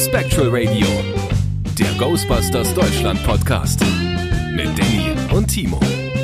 Spectral Radio, der Ghostbusters Deutschland Podcast mit Danny und Timo.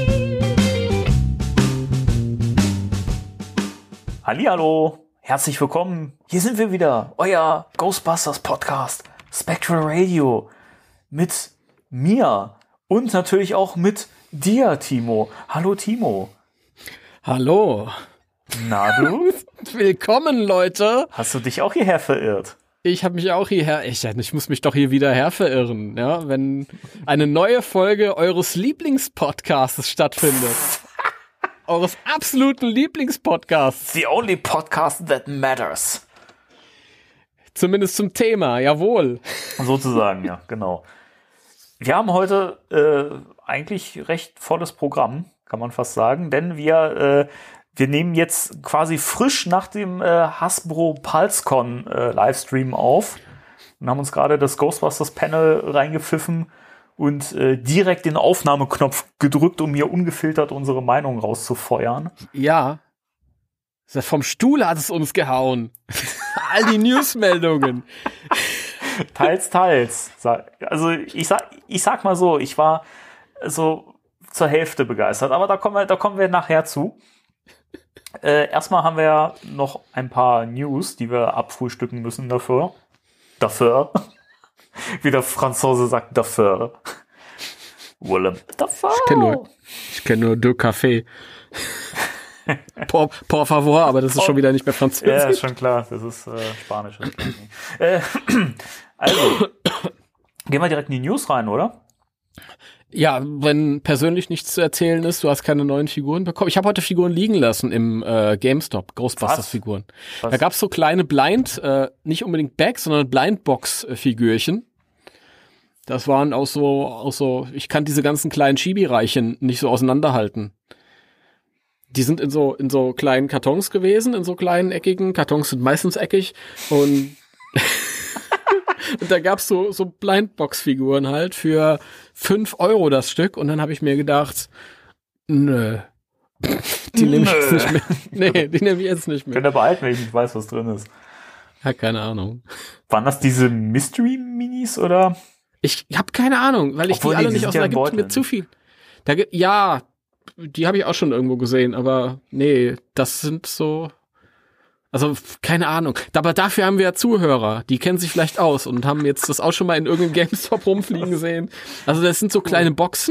Hallihallo, herzlich willkommen. Hier sind wir wieder, euer Ghostbusters Podcast Spectral Radio mit mir und natürlich auch mit dir, Timo. Hallo, Timo. Hallo. Na du? Willkommen, Leute. Hast du dich auch hierher verirrt? Ich habe mich auch hierher, ich muss mich doch hier wieder her verirren, ja, wenn eine neue Folge eures Lieblingspodcasts stattfindet. Eures absoluten Lieblingspodcasts. The only podcast that matters. Zumindest zum Thema, jawohl. Sozusagen, ja, genau. Wir haben heute eigentlich recht volles Programm, kann man fast sagen, denn wir nehmen jetzt quasi frisch nach dem Hasbro PulseCon Livestream auf und haben uns gerade das Ghostbusters Panel reingepfiffen und direkt den Aufnahmeknopf gedrückt, um hier ungefiltert unsere Meinung rauszufeuern. Ja. Vom Stuhl hat es uns gehauen. All die Newsmeldungen. Teils. Also ich sag mal so, ich war so zur Hälfte begeistert, aber da kommen wir nachher zu. Erstmal haben wir ja noch ein paar News, die wir abfrühstücken müssen dafür. Wie der Franzose sagt, dafür. Willem. Dafür. Ich kenn nur deux Café. Por favor, aber das ist schon wieder nicht mehr Französisch. Ja, ist schon klar. Das ist Spanisch. Also, gehen wir direkt in die News rein, oder? Ja, wenn persönlich nichts zu erzählen ist, du hast keine neuen Figuren bekommen. Ich habe heute Figuren liegen lassen im GameStop, Ghostbusters-Figuren. Da gab's so kleine nicht unbedingt Bags, sondern Blindbox-Figürchen. Das waren auch so, ich kann diese ganzen kleinen Chibi-Reichen nicht so auseinanderhalten. Die sind in so kleinen Kartons gewesen, in so kleinen eckigen, Kartons sind meistens eckig und und da gab's so Blindbox-Figuren halt für 5 € das Stück. Und dann habe ich mir gedacht, nö. Die nehme ich jetzt nicht mehr. Nee, die nehme ich jetzt nicht mehr. Könnt ihr behalten, wenn ich nicht weiß, was drin ist. Ja, keine Ahnung. Waren das diese Mystery-Minis, oder? Ich habe keine Ahnung, weil ich die alle nicht aus da gibt mir zu viel. Ja, die habe ich auch schon irgendwo gesehen, aber nee, das sind so... Also, keine Ahnung. Aber dafür haben wir ja Zuhörer, die kennen sich vielleicht aus und haben jetzt das auch schon mal in irgendeinem GameStop rumfliegen sehen. Also, das sind so kleine Boxen,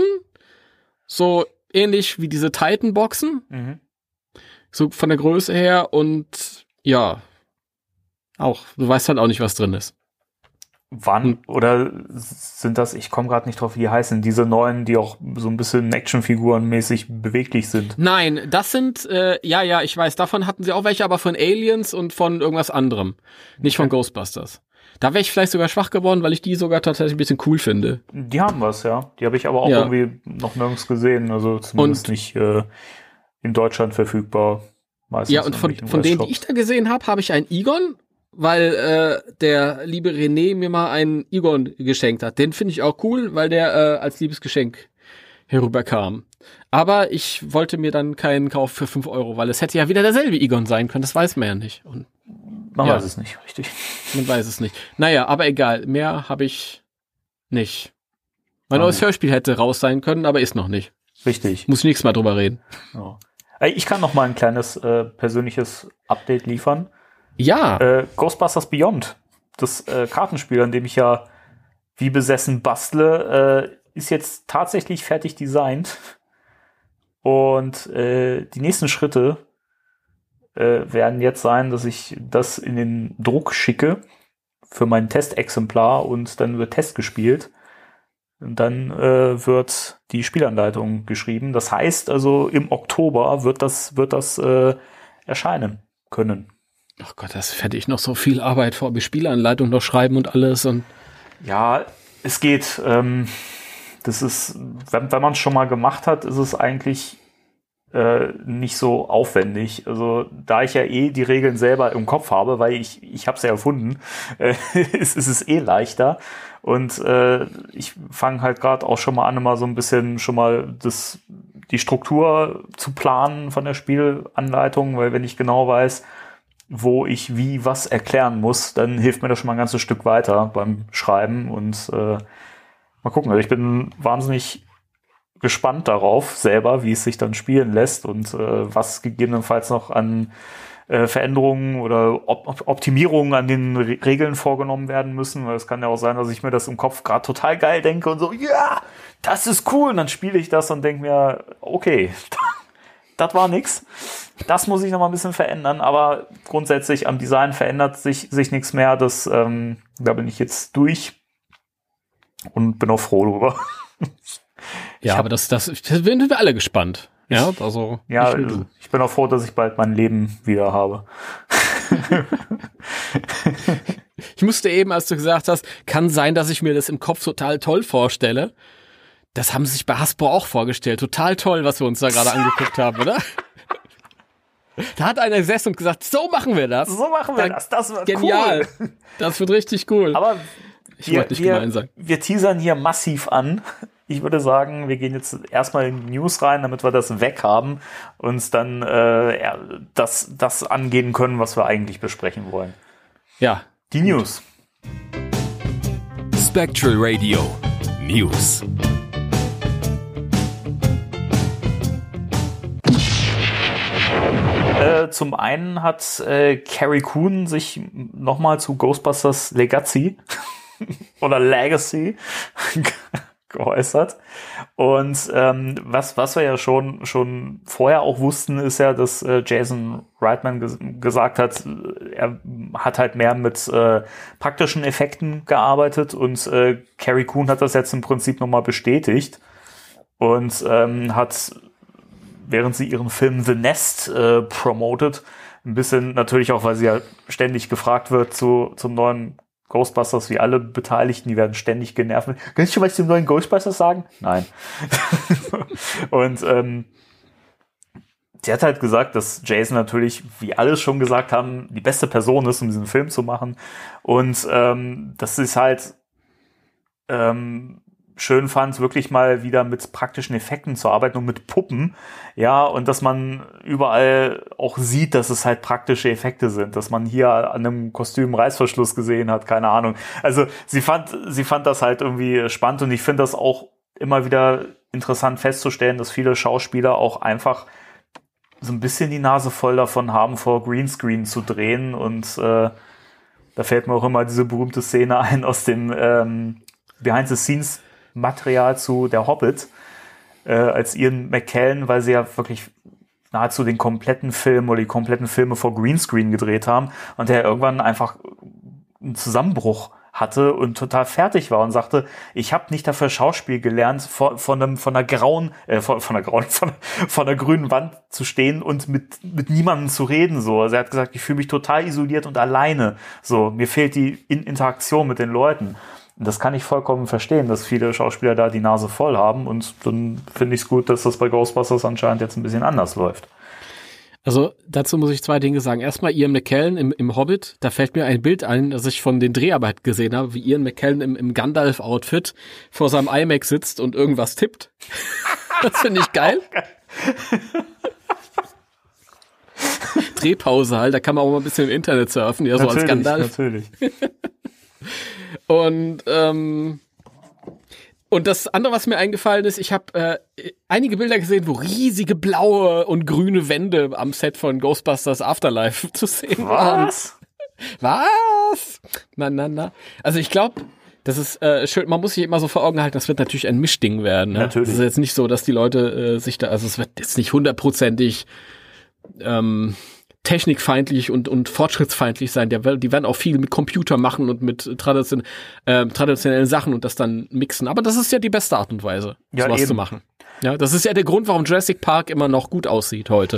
so ähnlich wie diese Titan-Boxen. So von der Größe her und ja, auch, du weißt halt auch nicht, was drin ist. Wann, oder sind das, ich komme gerade nicht drauf, wie die heißen, diese neuen, die auch so ein bisschen Actionfiguren-mäßig beweglich sind? Nein, das sind, ja, ich weiß, davon hatten sie auch welche, aber von Aliens und von irgendwas anderem. Nicht von Ghostbusters. Da wäre ich vielleicht sogar schwach geworden, weil ich die sogar tatsächlich ein bisschen cool finde. Die haben was, ja. Die habe ich aber auch irgendwie noch nirgends gesehen, also zumindest nicht in Deutschland verfügbar. Meistens ja, und von denen, die ich da gesehen habe, habe ich einen Egon, weil der liebe René mir mal einen Egon geschenkt hat. Den finde ich auch cool, weil der als Liebesgeschenk herüberkam. Aber ich wollte mir dann keinen kaufen für 5 €, weil es hätte ja wieder derselbe Egon sein können, das weiß man ja nicht. Und man weiß es nicht, richtig. Man weiß es nicht. Naja, aber egal, mehr habe ich nicht. Mein neues Hörspiel hätte raus sein können, aber ist noch nicht. Richtig. Muss ich nächstes Mal drüber reden. Ja. Ich kann noch mal ein kleines persönliches Update liefern. Ja. Ghostbusters Beyond, das Kartenspiel, an dem ich ja wie besessen bastle, ist jetzt tatsächlich fertig designt. Und die nächsten Schritte werden jetzt sein, dass ich das in den Druck schicke für mein Testexemplar und dann wird Test gespielt. Und dann wird die Spielanleitung geschrieben. Das heißt also, im Oktober wird das erscheinen können. Ach Gott, das hätte ich noch so viel Arbeit vor, die Spielanleitung noch schreiben und alles. Und ja, es geht. Das ist, wenn man es schon mal gemacht hat, ist es eigentlich nicht so aufwendig. Also da ich ja die Regeln selber im Kopf habe, weil ich habe es ja erfunden, ist es leichter. Und ich fange halt gerade auch schon mal an, immer so ein bisschen schon mal die Struktur zu planen von der Spielanleitung, weil wenn ich genau weiß, wo ich wie was erklären muss, dann hilft mir das schon mal ein ganzes Stück weiter beim Schreiben und mal gucken. Also ich bin wahnsinnig gespannt darauf selber, wie es sich dann spielen lässt und was gegebenenfalls noch an Veränderungen oder Optimierungen an den Regeln vorgenommen werden müssen, weil es kann ja auch sein, dass ich mir das im Kopf gerade total geil denke und so, ja, das ist cool, und dann spiele ich das und denke mir, okay, das war nix. Das muss ich noch mal ein bisschen verändern, aber grundsätzlich am Design verändert sich nichts mehr. Da bin ich jetzt durch und bin auch froh drüber. Ja, aber das sind wir alle gespannt. Ja, also ja, ich bin auch froh, dass ich bald mein Leben wieder habe. Ich musste eben, als du gesagt hast, kann sein, dass ich mir das im Kopf total toll vorstelle. Das haben sie sich bei Hasbro auch vorgestellt. Total toll, was wir uns da gerade angeguckt haben, oder? Da hat einer gesessen und gesagt, so machen wir das. So machen wir das. Das wird genial. Cool. Das wird richtig cool. Aber ich wollte nicht gemein sein. Wir teasern hier massiv an. Ich würde sagen, wir gehen jetzt erstmal in die News rein, damit wir das weg haben und dann das angehen können, was wir eigentlich besprechen wollen. Ja. Die News. Spectral Radio News. Zum einen hat Carrie Coon sich nochmal zu Ghostbusters Legacy oder Legacy geäußert. Und was wir ja schon vorher auch wussten, ist ja, dass Jason Reitman gesagt hat, er hat halt mehr mit praktischen Effekten gearbeitet und Carrie Coon hat das jetzt im Prinzip nochmal bestätigt und hat, während sie ihren Film The Nest promotet, ein bisschen natürlich auch, weil sie ja ständig gefragt wird zum neuen Ghostbusters, wie alle Beteiligten, die werden ständig genervt. Kannst du schon was zum neuen Ghostbusters sagen? Nein. Und sie hat halt gesagt, dass Jason natürlich, wie alle schon gesagt haben, die beste Person ist, um diesen Film zu machen. Und dass sie es halt schön fand, wirklich mal wieder mit praktischen Effekten zu arbeiten und mit Puppen, ja, und dass man überall auch sieht, dass es halt praktische Effekte sind, dass man hier an einem Kostüm Reißverschluss gesehen hat, keine Ahnung. Also sie fand das halt irgendwie spannend und ich finde das auch immer wieder interessant festzustellen, dass viele Schauspieler auch einfach so ein bisschen die Nase voll davon haben, vor Greenscreen zu drehen und da fällt mir auch immer diese berühmte Szene ein aus dem Behind-the-Scenes Material zu Der Hobbit, als Ian McKellen, weil sie ja wirklich nahezu den kompletten Film oder die kompletten Filme vor Greenscreen gedreht haben und der irgendwann einfach einen Zusammenbruch hatte und total fertig war und sagte, ich habe nicht dafür Schauspiel gelernt, von der grünen Wand zu stehen und mit niemandem zu reden, so. Also er hat gesagt, ich fühle mich total isoliert und alleine, so. Mir fehlt die Interaktion mit den Leuten. Das kann ich vollkommen verstehen, dass viele Schauspieler da die Nase voll haben und dann finde ich es gut, dass das bei Ghostbusters anscheinend jetzt ein bisschen anders läuft. Also dazu muss ich zwei Dinge sagen. Erstmal Ian McKellen im Hobbit, da fällt mir ein Bild ein, das ich von den Dreharbeiten gesehen habe, wie Ian McKellen im Gandalf-Outfit vor seinem iMac sitzt und irgendwas tippt. Das finde ich geil. Drehpause halt, da kann man auch mal ein bisschen im Internet surfen, ja, so als Gandalf. Natürlich. Und das andere, was mir eingefallen ist, ich habe einige Bilder gesehen, wo riesige blaue und grüne Wände am Set von Ghostbusters Afterlife zu sehen waren. Was? Na. Also ich glaube, das ist schön, man muss sich immer so vor Augen halten, das wird natürlich ein Mischding werden. Ne? Natürlich. Es ist jetzt nicht so, dass die Leute sich da, also es wird jetzt nicht 100%ig technikfeindlich und fortschrittsfeindlich sein. Die werden auch viel mit Computer machen und mit traditionellen Sachen und das dann mixen. Aber das ist ja die beste Art und Weise, sowas zu machen. Ja, das ist ja der Grund, warum Jurassic Park immer noch gut aussieht heute.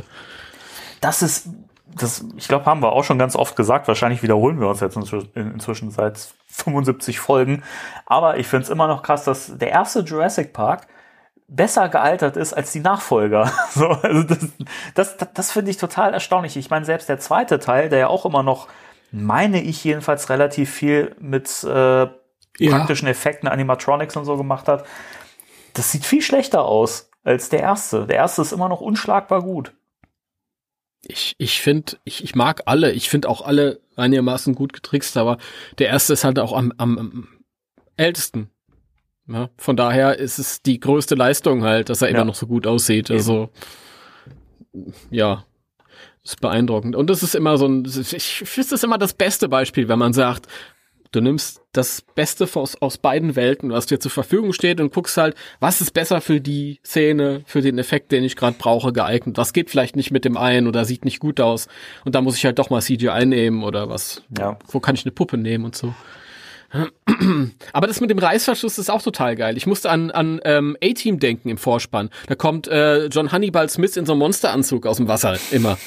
Ich glaube, haben wir auch schon ganz oft gesagt. Wahrscheinlich wiederholen wir uns jetzt inzwischen seit 75 Folgen. Aber ich finde es immer noch krass, dass der erste Jurassic Park besser gealtert ist als die Nachfolger. So, also das finde ich total erstaunlich. Ich meine, selbst der zweite Teil, der ja auch immer noch, meine ich jedenfalls, relativ viel mit praktischen Effekten, Animatronics und so gemacht hat, das sieht viel schlechter aus als der erste. Der erste ist immer noch unschlagbar gut. Ich mag alle. Ich finde auch alle einigermaßen gut getrickst, aber der erste ist halt auch am ältesten. Ja, von daher ist es die größte Leistung halt, dass er immer noch so gut aussieht. Also, ja, ist beeindruckend. Und das ist immer ich finde, das ist immer das beste Beispiel, wenn man sagt, du nimmst das Beste aus beiden Welten, was dir zur Verfügung steht und guckst halt, was ist besser für die Szene, für den Effekt, den ich gerade brauche, geeignet. Was geht vielleicht nicht mit dem einen oder sieht nicht gut aus. Und da muss ich halt doch mal CGI nehmen oder was. Ja. Wo kann ich eine Puppe nehmen und so. Aber das mit dem Reißverschluss ist auch total geil. Ich musste an A-Team denken im Vorspann. Da kommt John Hannibal Smith in so einem Monsteranzug aus dem Wasser, immer.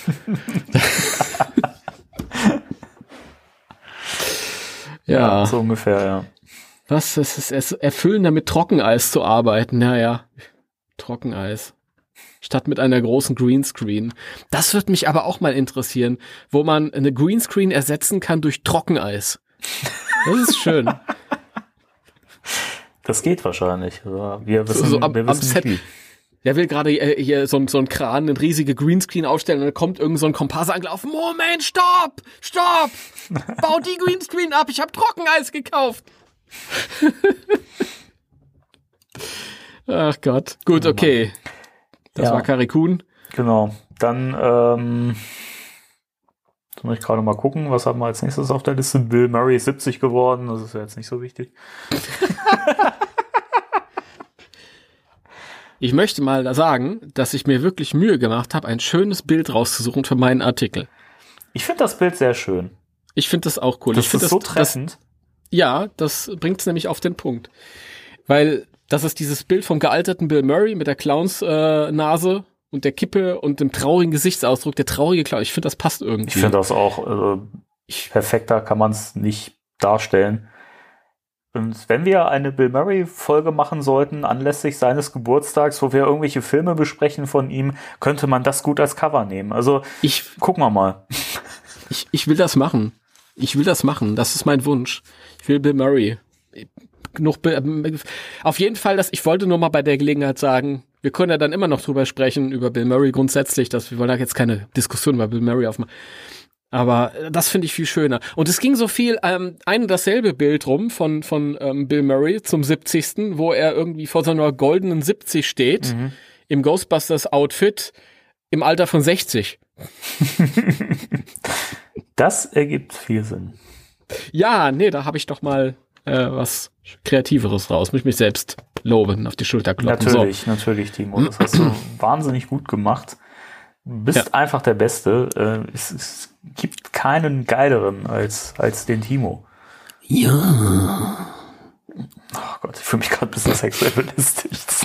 Ja, so ungefähr, ja. Was? Es ist erfüllender mit Trockeneis zu arbeiten. Naja, Trockeneis. Statt mit einer großen Greenscreen. Das wird mich aber auch mal interessieren, wo man eine Greenscreen ersetzen kann durch Trockeneis. Das ist schön. Das geht wahrscheinlich. Wir wissen, wir wissen nicht wie. Der will gerade hier so ein Kran, eine riesige Greenscreen aufstellen und dann kommt irgend so ein Komparser angelaufen. Moment, stopp! Bau die Greenscreen ab, ich habe Trockeneis gekauft. Ach Gott. Gut, okay. Das war Karikun. Genau. Dann muss ich gerade mal gucken, was haben wir als nächstes auf der Liste? Bill Murray ist 70 geworden, das ist ja jetzt nicht so wichtig. Ich möchte mal sagen, dass ich mir wirklich Mühe gemacht habe, ein schönes Bild rauszusuchen für meinen Artikel. Ich finde das Bild sehr schön. Ich finde das auch cool. Das ist so treffend. Das bringt es nämlich auf den Punkt. Weil das ist dieses Bild vom gealterten Bill Murray mit der Clowns-Nase und der Kippe und dem traurigen Gesichtsausdruck, der traurige Clown. Ich finde, das passt irgendwie. Ich finde das auch perfekter kann man es nicht darstellen. Und wenn wir eine Bill Murray-Folge machen sollten, anlässlich seines Geburtstags, wo wir irgendwelche Filme besprechen von ihm, könnte man das gut als Cover nehmen. Also, gucken wir mal. Ich will das machen. Das ist mein Wunsch. Ich will Bill Murray. Auf jeden Fall, ich wollte nur mal bei der Gelegenheit sagen, wir können ja dann immer noch drüber sprechen, über Bill Murray grundsätzlich, wir wollen da jetzt keine Diskussion über Bill Murray aufmachen. Aber das finde ich viel schöner. Und es ging so viel, ein und dasselbe Bild rum von Bill Murray zum 70. wo er irgendwie vor so einer goldenen 70 steht, im Ghostbusters-Outfit, im Alter von 60. Das ergibt viel Sinn. Ja, nee, da habe ich doch mal was Kreativeres raus. Muss ich mich selbst loben, auf die Schulter klopfen. Natürlich, Timo. Das hast du wahnsinnig gut gemacht. Du bist einfach der Beste. Es gibt keinen geileren als den Timo. Ja. Oh Gott, ich fühle mich gerade ein bisschen sexuell belästigt.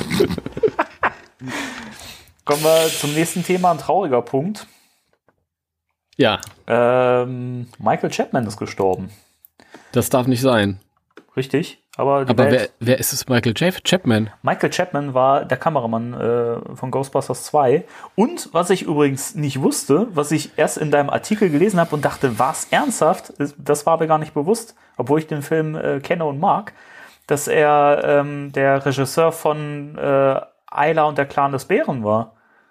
Kommen wir zum nächsten Thema, ein trauriger Punkt. Ja. Michael Chapman ist gestorben. Das darf nicht sein. Richtig. Aber wer ist es? Michael Chapman? Michael Chapman war der Kameramann von Ghostbusters 2. Und was ich übrigens nicht wusste, was ich erst in deinem Artikel gelesen habe und dachte, was ernsthaft? Das war mir gar nicht bewusst, obwohl ich den Film kenne und mag, dass er der Regisseur von Ayla und der Clan des Bären war.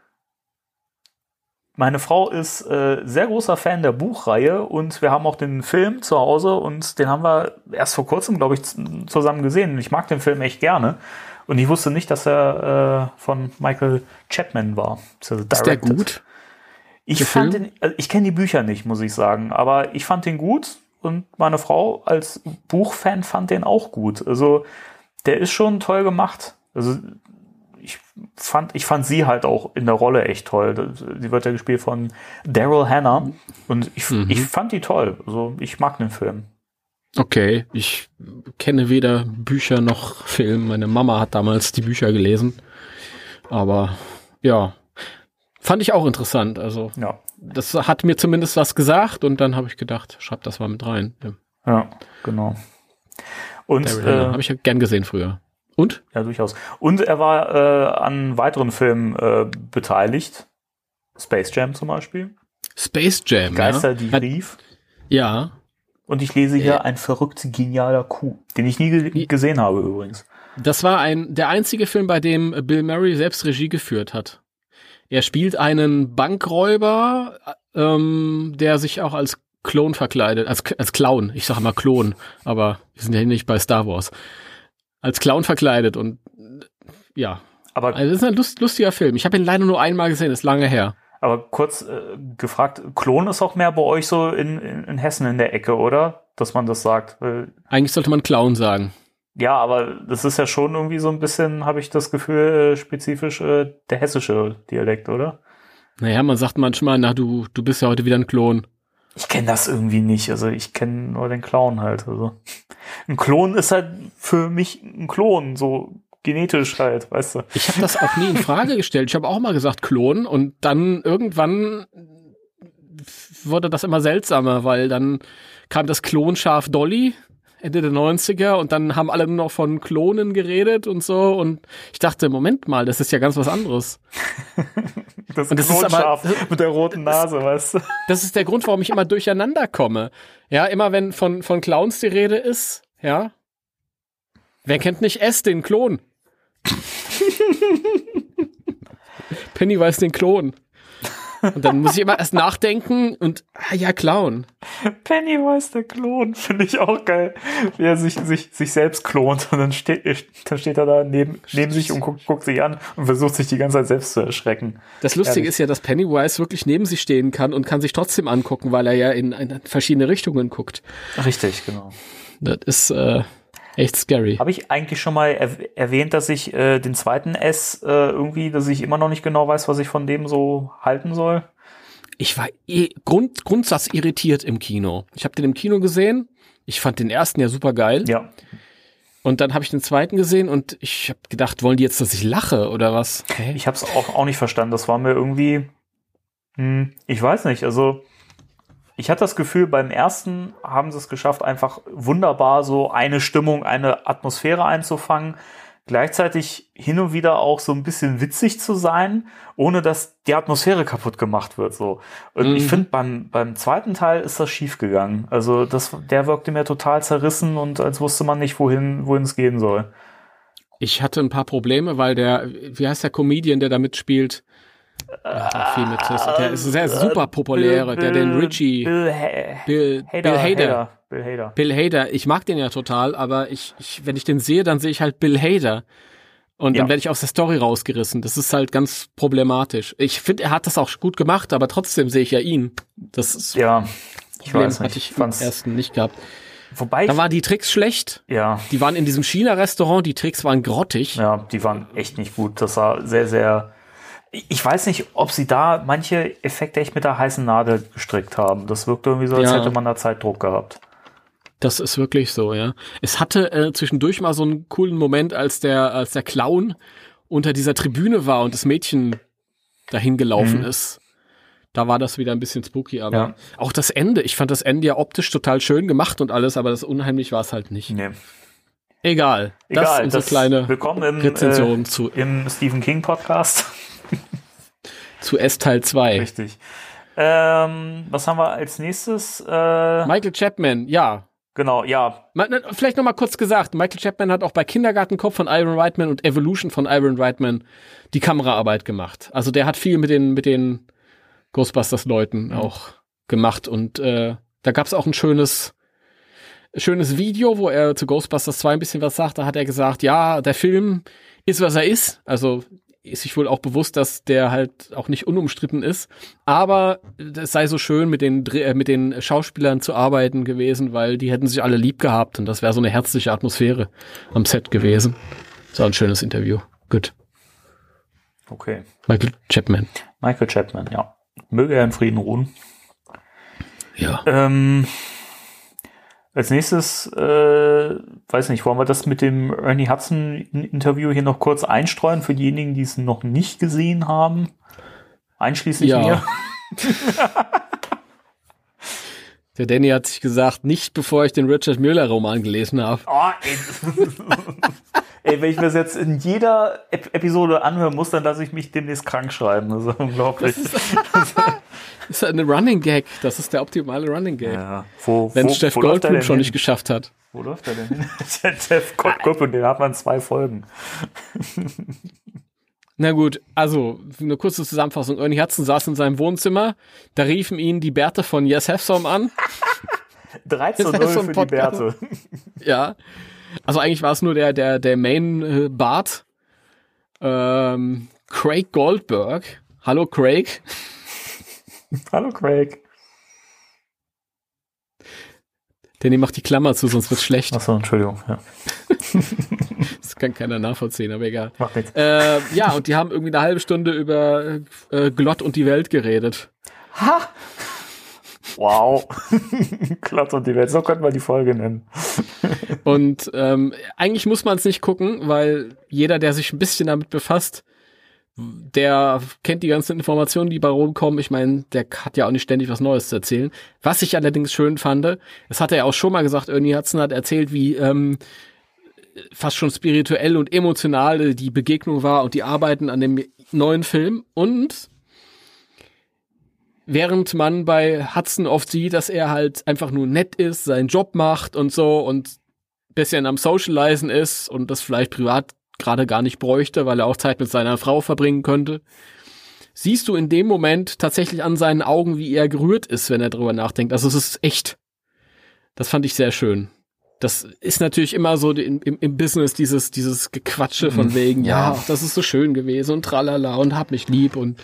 Meine Frau ist sehr großer Fan der Buchreihe und wir haben auch den Film zu Hause und den haben wir erst vor kurzem, glaube ich, zusammen gesehen. Ich mag den Film echt gerne und ich wusste nicht, dass er von Michael Chapman war. Ist der gut? Ich kenne die Bücher nicht, muss ich sagen, aber ich fand den gut und meine Frau als Buchfan fand den auch gut. Also der ist schon toll gemacht. Also ich fand sie halt auch in der Rolle echt toll. Sie wird ja gespielt von Daryl Hannah und ich fand die toll. Also ich mag den Film. Okay, ich kenne weder Bücher noch Film. Meine Mama hat damals die Bücher gelesen. Aber ja, fand ich auch interessant. Also das hat mir zumindest was gesagt und dann habe ich gedacht, schreib das mal mit rein. Ja, genau. Und habe ich ja gern gesehen früher. Und? Ja, durchaus. Und er war an weiteren Filmen beteiligt. Space Jam zum Beispiel. Space Jam, Geister, die rief. Ja. Und ich lese hier ein verrückt genialer Coup, den ich nie gesehen habe übrigens. Das war der einzige Film, bei dem Bill Murray selbst Regie geführt hat. Er spielt einen Bankräuber, der sich auch als Klon verkleidet, als Clown. Ich sage immer Klon, aber wir sind ja nicht bei Star Wars. Als Clown verkleidet und ja. Aber also das ist ein lustiger Film. Ich habe ihn leider nur einmal gesehen, ist lange her. Aber kurz gefragt, Klon ist auch mehr bei euch so in Hessen in der Ecke, oder? Dass man das sagt. Eigentlich sollte man Clown sagen. Ja, aber das ist ja schon irgendwie so ein bisschen, habe ich das Gefühl, spezifisch der hessische Dialekt, oder? Naja, man sagt manchmal, du bist ja heute wieder ein Klon. Ich kenne das irgendwie nicht. Also ich kenne nur den Clown halt. Also ein Klon ist halt für mich ein Klon, so genetisch halt, weißt du. Ich habe das auch nie in Frage gestellt. Ich habe auch mal gesagt Klon und dann irgendwann wurde das immer seltsamer, weil dann kam das Klonschaf Dolly Ende der 90er und dann haben alle nur noch von Klonen geredet und so und ich dachte, Moment mal, das ist ja ganz was anderes. Das Klonschaf mit der roten Nase, weißt du. Das ist der Grund, warum ich immer durcheinander komme. Ja, immer wenn von Clowns die Rede ist, ja. Wer kennt nicht S, den Klon? Pennywise den Klon. Und dann muss ich immer erst nachdenken und, ja, Clown. Pennywise der Klon, finde ich auch geil. Wie er sich selbst klont und dann steht er da neben sich und guckt sich an und versucht sich die ganze Zeit selbst zu erschrecken. Das Lustige ist ja, dass Pennywise wirklich neben sich stehen kann und kann sich trotzdem angucken, weil er ja in verschiedene Richtungen guckt. Richtig, genau. Das ist echt scary. Habe ich eigentlich schon mal erwähnt, dass ich den zweiten S dass ich immer noch nicht genau weiß, was ich von dem so halten soll? Ich war Grundsatz irritiert im Kino. Ich habe den im Kino gesehen. Ich fand den ersten ja super geil. Ja. Und dann habe ich den zweiten gesehen und ich habe gedacht, wollen die jetzt, dass ich lache oder was? Okay. Ich habe es auch nicht verstanden. Das war mir irgendwie, ich weiß nicht, also ich hatte das Gefühl, beim ersten haben sie es geschafft, einfach wunderbar so eine Stimmung, eine Atmosphäre einzufangen, gleichzeitig hin und wieder auch so ein bisschen witzig zu sein, ohne dass die Atmosphäre kaputt gemacht wird. So. Und ich finde, beim zweiten Teil ist das schief gegangen. Also der wirkte mir total zerrissen und als wusste man nicht, wohin es gehen soll. Ich hatte ein paar Probleme, weil wie heißt der Comedian, der da mitspielt? Der ist sehr super populär, der den Richie Bill Hader. Ich mag den ja total, aber wenn ich den sehe, dann sehe ich halt Bill Hader. Und dann werde ich aus der Story rausgerissen. Das ist halt ganz problematisch. Ich finde, er hat das auch gut gemacht, aber trotzdem sehe ich ja ihn. Das ist ich Problem weiß nicht. hatte ich im ersten nicht gehabt. Wobei da waren die Tricks schlecht. Ja. Die waren in diesem China-Restaurant, die Tricks waren grottig. Ja, die waren echt nicht gut. Das war sehr, sehr. Ich weiß nicht, ob sie da manche Effekte echt mit der heißen Nadel gestrickt haben. Das wirkte irgendwie so, als hätte man da Zeitdruck gehabt. Das ist wirklich so, ja. Es hatte zwischendurch mal so einen coolen Moment, als der Clown unter dieser Tribüne war und das Mädchen dahin gelaufen ist. Da war das wieder ein bisschen spooky, aber auch das Ende. Ich fand das Ende ja optisch total schön gemacht und alles, aber das unheimlich war es halt nicht. Nee. Egal. Das ist unsere kleine Rezension im Stephen King Podcast. Zu S Teil 2. Richtig. Was haben wir als nächstes? Michael Chapman, ja. Genau, ja. Vielleicht noch mal kurz gesagt, Michael Chapman hat auch bei Kindergartenkopf von Ivan Reitman und Evolution von Ivan Reitman die Kameraarbeit gemacht. Also der hat viel mit den Ghostbusters-Leuten auch gemacht und da gab es auch ein schönes Video, wo er zu Ghostbusters 2 ein bisschen was sagt. Da hat er gesagt, ja, der Film ist, was er ist. Also ist sich wohl auch bewusst, dass der halt auch nicht unumstritten ist. Aber es sei so schön, mit den Schauspielern zu arbeiten gewesen, weil die hätten sich alle lieb gehabt und das wäre so eine herzliche Atmosphäre am Set gewesen. Das war ein schönes Interview. Gut. Okay. Michael Chapman, ja. Möge er in Frieden ruhen. Ja. Als nächstes, weiß nicht, wollen wir das mit dem Ernie Hudson-Interview hier noch kurz einstreuen für diejenigen, die es noch nicht gesehen haben? Einschließlich mir. Der Danny hat sich gesagt, nicht bevor ich den Richard Miller-Roman gelesen habe. Oh, ey, wenn ich mir das jetzt in jeder Episode anhören muss, dann lasse ich mich demnächst krank schreiben. Das ist unglaublich. Das ist eine Running Gag. Das ist der optimale Running Gag. Ja. Wenn Jeff Goldblum schon nicht geschafft hat. Wo läuft er denn hin? Jeff Goldblum, den hat man 2 Folgen. Na gut, also eine kurze Zusammenfassung. Ernie Hudson saß in seinem Wohnzimmer, da riefen ihn die Bärte von Yes Have Some an. 3:0 für die Bärte. Ja, also eigentlich war es nur der Main-Bart. Craig Goldberg. Hallo Craig. Hallo Craig. Danny macht die Klammer zu, sonst wird's schlecht. Achso, Entschuldigung. Ja. Das kann keiner nachvollziehen, aber egal. Macht nichts. Ja, und die haben irgendwie eine halbe Stunde über Glott und die Welt geredet. Ha! Wow. Glott und die Welt, so könnte man die Folge nennen. Und eigentlich muss man es nicht gucken, weil jeder, der sich ein bisschen damit befasst, der kennt die ganzen Informationen, die bei rumkommen. Ich meine, der hat ja auch nicht ständig was Neues zu erzählen. Was ich allerdings schön fand, das hat er ja auch schon mal gesagt, Ernie Hudson hat erzählt, wie fast schon spirituell und emotional die Begegnung war und die Arbeiten an dem neuen Film. Und während man bei Hudson oft sieht, dass er halt einfach nur nett ist, seinen Job macht und so und ein bisschen am Socializen ist und das vielleicht privat gerade gar nicht bräuchte, weil er auch Zeit mit seiner Frau verbringen könnte, siehst du in dem Moment tatsächlich an seinen Augen, wie er gerührt ist, wenn er drüber nachdenkt. Also es ist echt. Das fand ich sehr schön. Das ist natürlich immer so im Business dieses Gequatsche von wegen, ja, das ist so schön gewesen und tralala und hab mich lieb und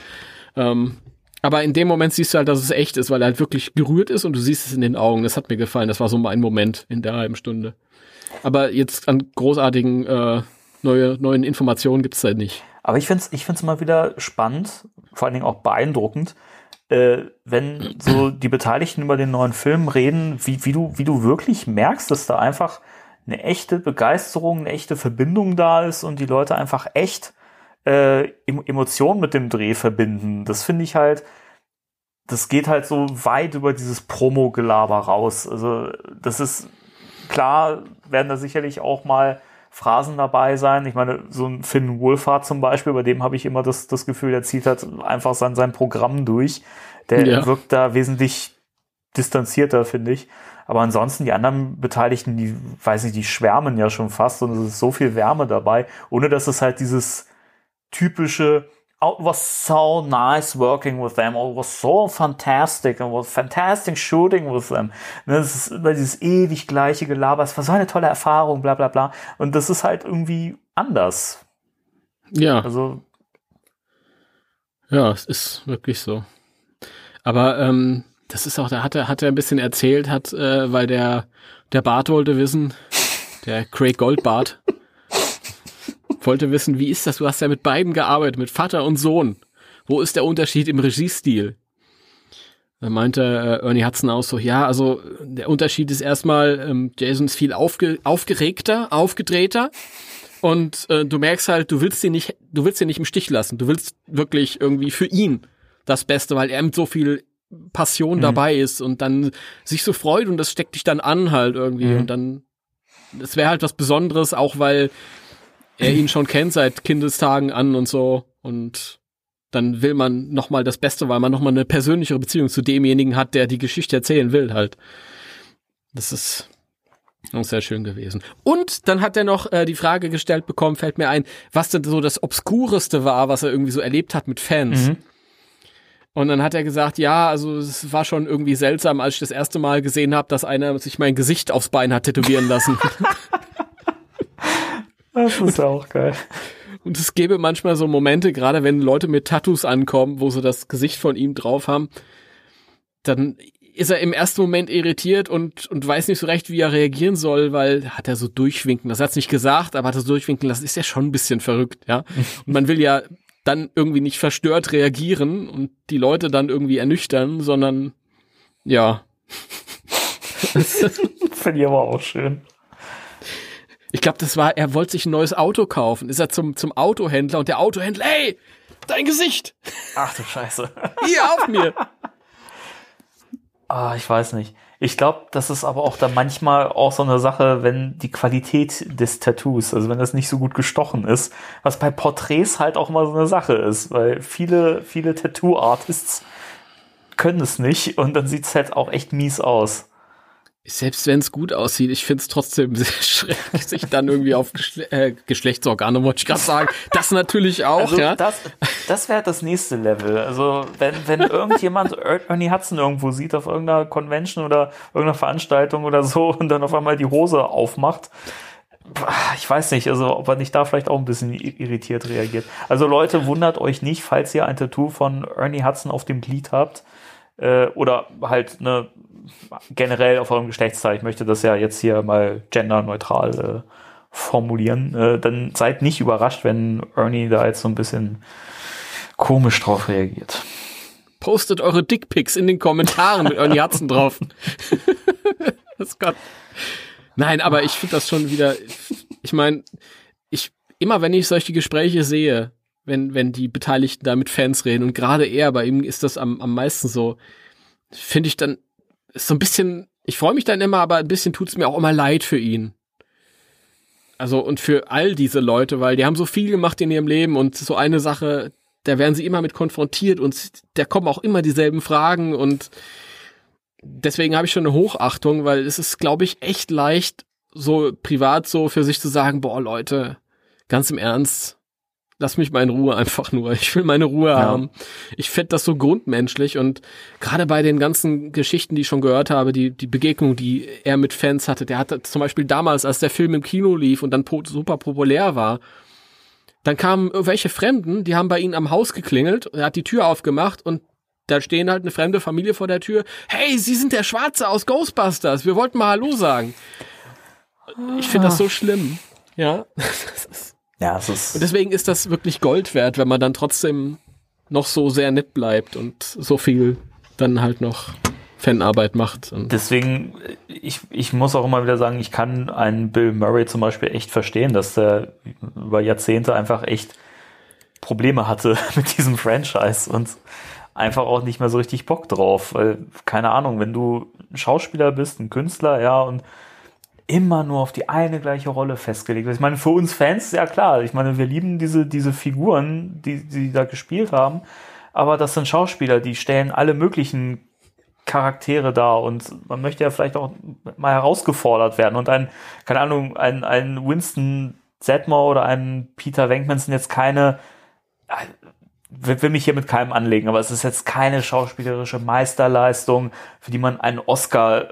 aber in dem Moment siehst du halt, dass es echt ist, weil er halt wirklich gerührt ist und du siehst es in den Augen. Das hat mir gefallen. Das war so mein Moment in der halben Stunde. Aber jetzt an großartigen neuen Informationen gibt's da nicht. Aber ich find's mal wieder spannend, vor allen Dingen auch beeindruckend, wenn so die Beteiligten über den neuen Film reden, wie du wirklich merkst, dass da einfach eine echte Begeisterung, eine echte Verbindung da ist und die Leute einfach echt Emotionen mit dem Dreh verbinden. Das finde ich halt, das geht halt so weit über dieses Promo-Gelaber raus. Also das ist, klar werden da sicherlich auch mal Phrasen dabei sein. Ich meine, so ein Finn Wolfhard zum Beispiel, bei dem habe ich immer das Gefühl, der zieht halt einfach sein Programm durch. Der wirkt da wesentlich distanzierter, finde ich. Aber ansonsten, die anderen Beteiligten, die, weiß nicht, die schwärmen ja schon fast und es ist so viel Wärme dabei, ohne dass es halt dieses typische, oh, it was so nice working with them, oh, it was so fantastic, it was fantastic shooting with them. Das ist immer dieses ewig gleiche Gelaber, es war so eine tolle Erfahrung, bla bla bla. Und das ist halt irgendwie anders. Ja. Also. Ja, es ist wirklich so. Aber das ist auch, da hat er ein bisschen erzählt, weil der Bart wollte wissen, der Craig Goldbart, wollte wissen, wie ist das? Du hast ja mit beiden gearbeitet, mit Vater und Sohn. Wo ist der Unterschied im Regiestil? Da meinte Ernie Hudson auch so, ja, also der Unterschied ist erstmal, Jason ist viel aufgeregter, aufgedrehter und du merkst halt, du willst ihn nicht im Stich lassen. Du willst wirklich irgendwie für ihn das Beste, weil er mit so viel Passion dabei ist und dann sich so freut und das steckt dich dann an halt irgendwie und dann, das wäre halt was Besonderes, auch weil er ihn schon kennt seit Kindestagen an und so und dann will man nochmal das Beste, weil man nochmal eine persönlichere Beziehung zu demjenigen hat, der die Geschichte erzählen will halt. Das ist auch sehr schön gewesen. Und dann hat er noch die Frage gestellt bekommen, fällt mir ein, was denn so das Obskureste war, was er irgendwie so erlebt hat mit Fans. Und dann hat er gesagt, ja, also es war schon irgendwie seltsam, als ich das erste Mal gesehen habe, dass einer sich mein Gesicht aufs Bein hat tätowieren lassen. Das ist auch geil. Und es gäbe manchmal so Momente, gerade wenn Leute mit Tattoos ankommen, wo sie das Gesicht von ihm drauf haben, dann ist er im ersten Moment irritiert und weiß nicht so recht, wie er reagieren soll, weil hat er so durchwinken, das hat es nicht gesagt, aber hat er so durchwinken lassen, ist ja schon ein bisschen verrückt, ja. Und man will ja dann irgendwie nicht verstört reagieren und die Leute dann irgendwie ernüchtern, sondern ja. Finde ich aber auch schön. Ich glaube, er wollte sich ein neues Auto kaufen. Ist er zum Autohändler und der Autohändler, ey, dein Gesicht. Ach du Scheiße. Hier auf mir. Ich weiß nicht. Ich glaube, das ist aber auch dann manchmal auch so eine Sache, wenn die Qualität des Tattoos, also wenn das nicht so gut gestochen ist, was bei Porträts halt auch immer so eine Sache ist, weil viele Tattoo-Artists können es nicht und dann sieht es halt auch echt mies aus. Selbst wenn es gut aussieht, ich finde es trotzdem sehr schrecklich, sich dann irgendwie auf Geschlechtsorgane, wollte ich gerade sagen. Das natürlich auch, also ja. Das wäre das nächste Level. Also wenn irgendjemand Ernie Hudson irgendwo sieht auf irgendeiner Convention oder irgendeiner Veranstaltung oder so und dann auf einmal die Hose aufmacht, ich weiß nicht, also ob er nicht da vielleicht auch ein bisschen irritiert reagiert. Also Leute, wundert euch nicht, falls ihr ein Tattoo von Ernie Hudson auf dem Glied habt oder halt generell auf eurem Geschlechtsteil. Ich möchte das ja jetzt hier mal genderneutral formulieren. Dann seid nicht überrascht, wenn Ernie da jetzt so ein bisschen komisch drauf reagiert. Postet eure Dickpics in den Kommentaren mit Ernie Hudson drauf. Das Gott. Nein, aber ich finde das schon wieder, ich meine, immer wenn ich solche Gespräche sehe, wenn die Beteiligten da mit Fans reden und gerade er, bei ihm ist das am meisten so, finde ich dann, ist so ein bisschen, ich freue mich dann immer, aber ein bisschen tut es mir auch immer leid für ihn. Also und für all diese Leute, weil die haben so viel gemacht in ihrem Leben und so eine Sache, da werden sie immer mit konfrontiert und da kommen auch immer dieselben Fragen und deswegen habe ich schon eine Hochachtung, weil es ist, glaube ich, echt leicht, so privat so für sich zu sagen, boah Leute, ganz im Ernst, lass mich mal in Ruhe einfach nur. Ich will meine Ruhe haben. Ich fände das so grundmenschlich und gerade bei den ganzen Geschichten, die ich schon gehört habe, die Begegnung, die er mit Fans hatte, der hatte zum Beispiel damals, als der Film im Kino lief und dann super populär war, dann kamen irgendwelche Fremden, die haben bei ihm am Haus geklingelt, er hat die Tür aufgemacht und da stehen halt eine fremde Familie vor der Tür. Hey, Sie sind der Schwarze aus Ghostbusters. Wir wollten mal Hallo sagen. Ich finde das so schlimm. Ja. Ja, es ist. Und deswegen ist das wirklich Gold wert, wenn man dann trotzdem noch so sehr nett bleibt und so viel dann halt noch Fanarbeit macht. Und deswegen, ich muss auch immer wieder sagen, ich kann einen Bill Murray zum Beispiel echt verstehen, dass der über Jahrzehnte einfach echt Probleme hatte mit diesem Franchise und einfach auch nicht mehr so richtig Bock drauf. Weil, keine Ahnung, wenn du ein Schauspieler bist, ein Künstler, ja, und immer nur auf die eine gleiche Rolle festgelegt wird. Ich meine, für uns Fans, ja klar, ich meine, wir lieben diese Figuren, die da gespielt haben, aber das sind Schauspieler, die stellen alle möglichen Charaktere dar und man möchte ja vielleicht auch mal herausgefordert werden und ein Winston Zeddemore oder ein Peter Venkman sind jetzt keine, will mich hier mit keinem anlegen, aber es ist jetzt keine schauspielerische Meisterleistung, für die man einen Oscar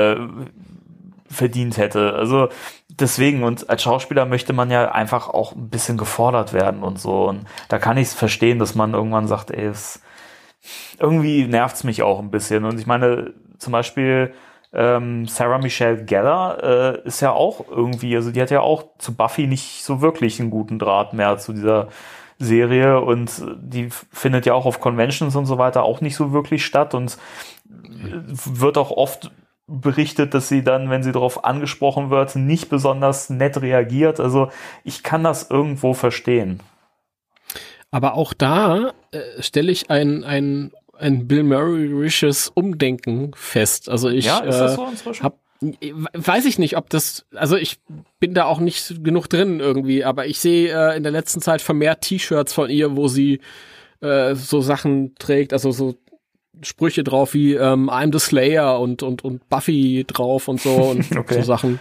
verdient hätte. Also deswegen, und als Schauspieler möchte man ja einfach auch ein bisschen gefordert werden und so. Und da kann ich es verstehen, dass man irgendwann sagt, ey, irgendwie nervt es mich auch ein bisschen. Und ich meine, zum Beispiel Sarah Michelle Gellar ist ja auch irgendwie, also die hat ja auch zu Buffy nicht so wirklich einen guten Draht mehr zu dieser Serie und die findet ja auch auf Conventions und so weiter auch nicht so wirklich statt und wird auch oft berichtet, dass sie dann, wenn sie darauf angesprochen wird, nicht besonders nett reagiert. Also ich kann das irgendwo verstehen. Aber auch da stelle ich ein Bill Murray-isches Umdenken fest. Also ich ist das so inzwischen? Weiß ich nicht, ob das, also ich bin da auch nicht genug drin irgendwie, aber ich sehe in der letzten Zeit vermehrt T-Shirts von ihr, wo sie so Sachen trägt, also so Sprüche drauf wie I'm the Slayer und Buffy drauf und so und okay. So Sachen.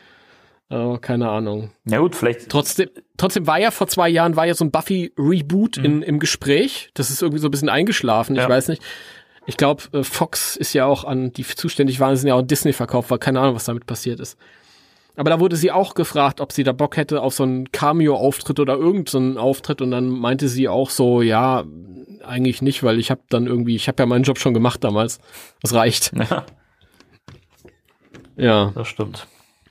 Keine Ahnung. Ja gut, vielleicht. Trotzdem war ja vor 2 Jahren so ein Buffy-Reboot im Gespräch. Das ist irgendwie so ein bisschen eingeschlafen. Ich weiß nicht. Ich glaube, Fox ist ja auch an die zuständig waren, sind ja auch an Disney verkauft, weil keine Ahnung, was damit passiert ist. Aber da wurde sie auch gefragt, ob sie da Bock hätte auf so einen Cameo-Auftritt oder irgendeinen Auftritt und dann meinte sie auch so, ja, eigentlich nicht, weil ich habe ja meinen Job schon gemacht damals. Das reicht. Ja. Das stimmt.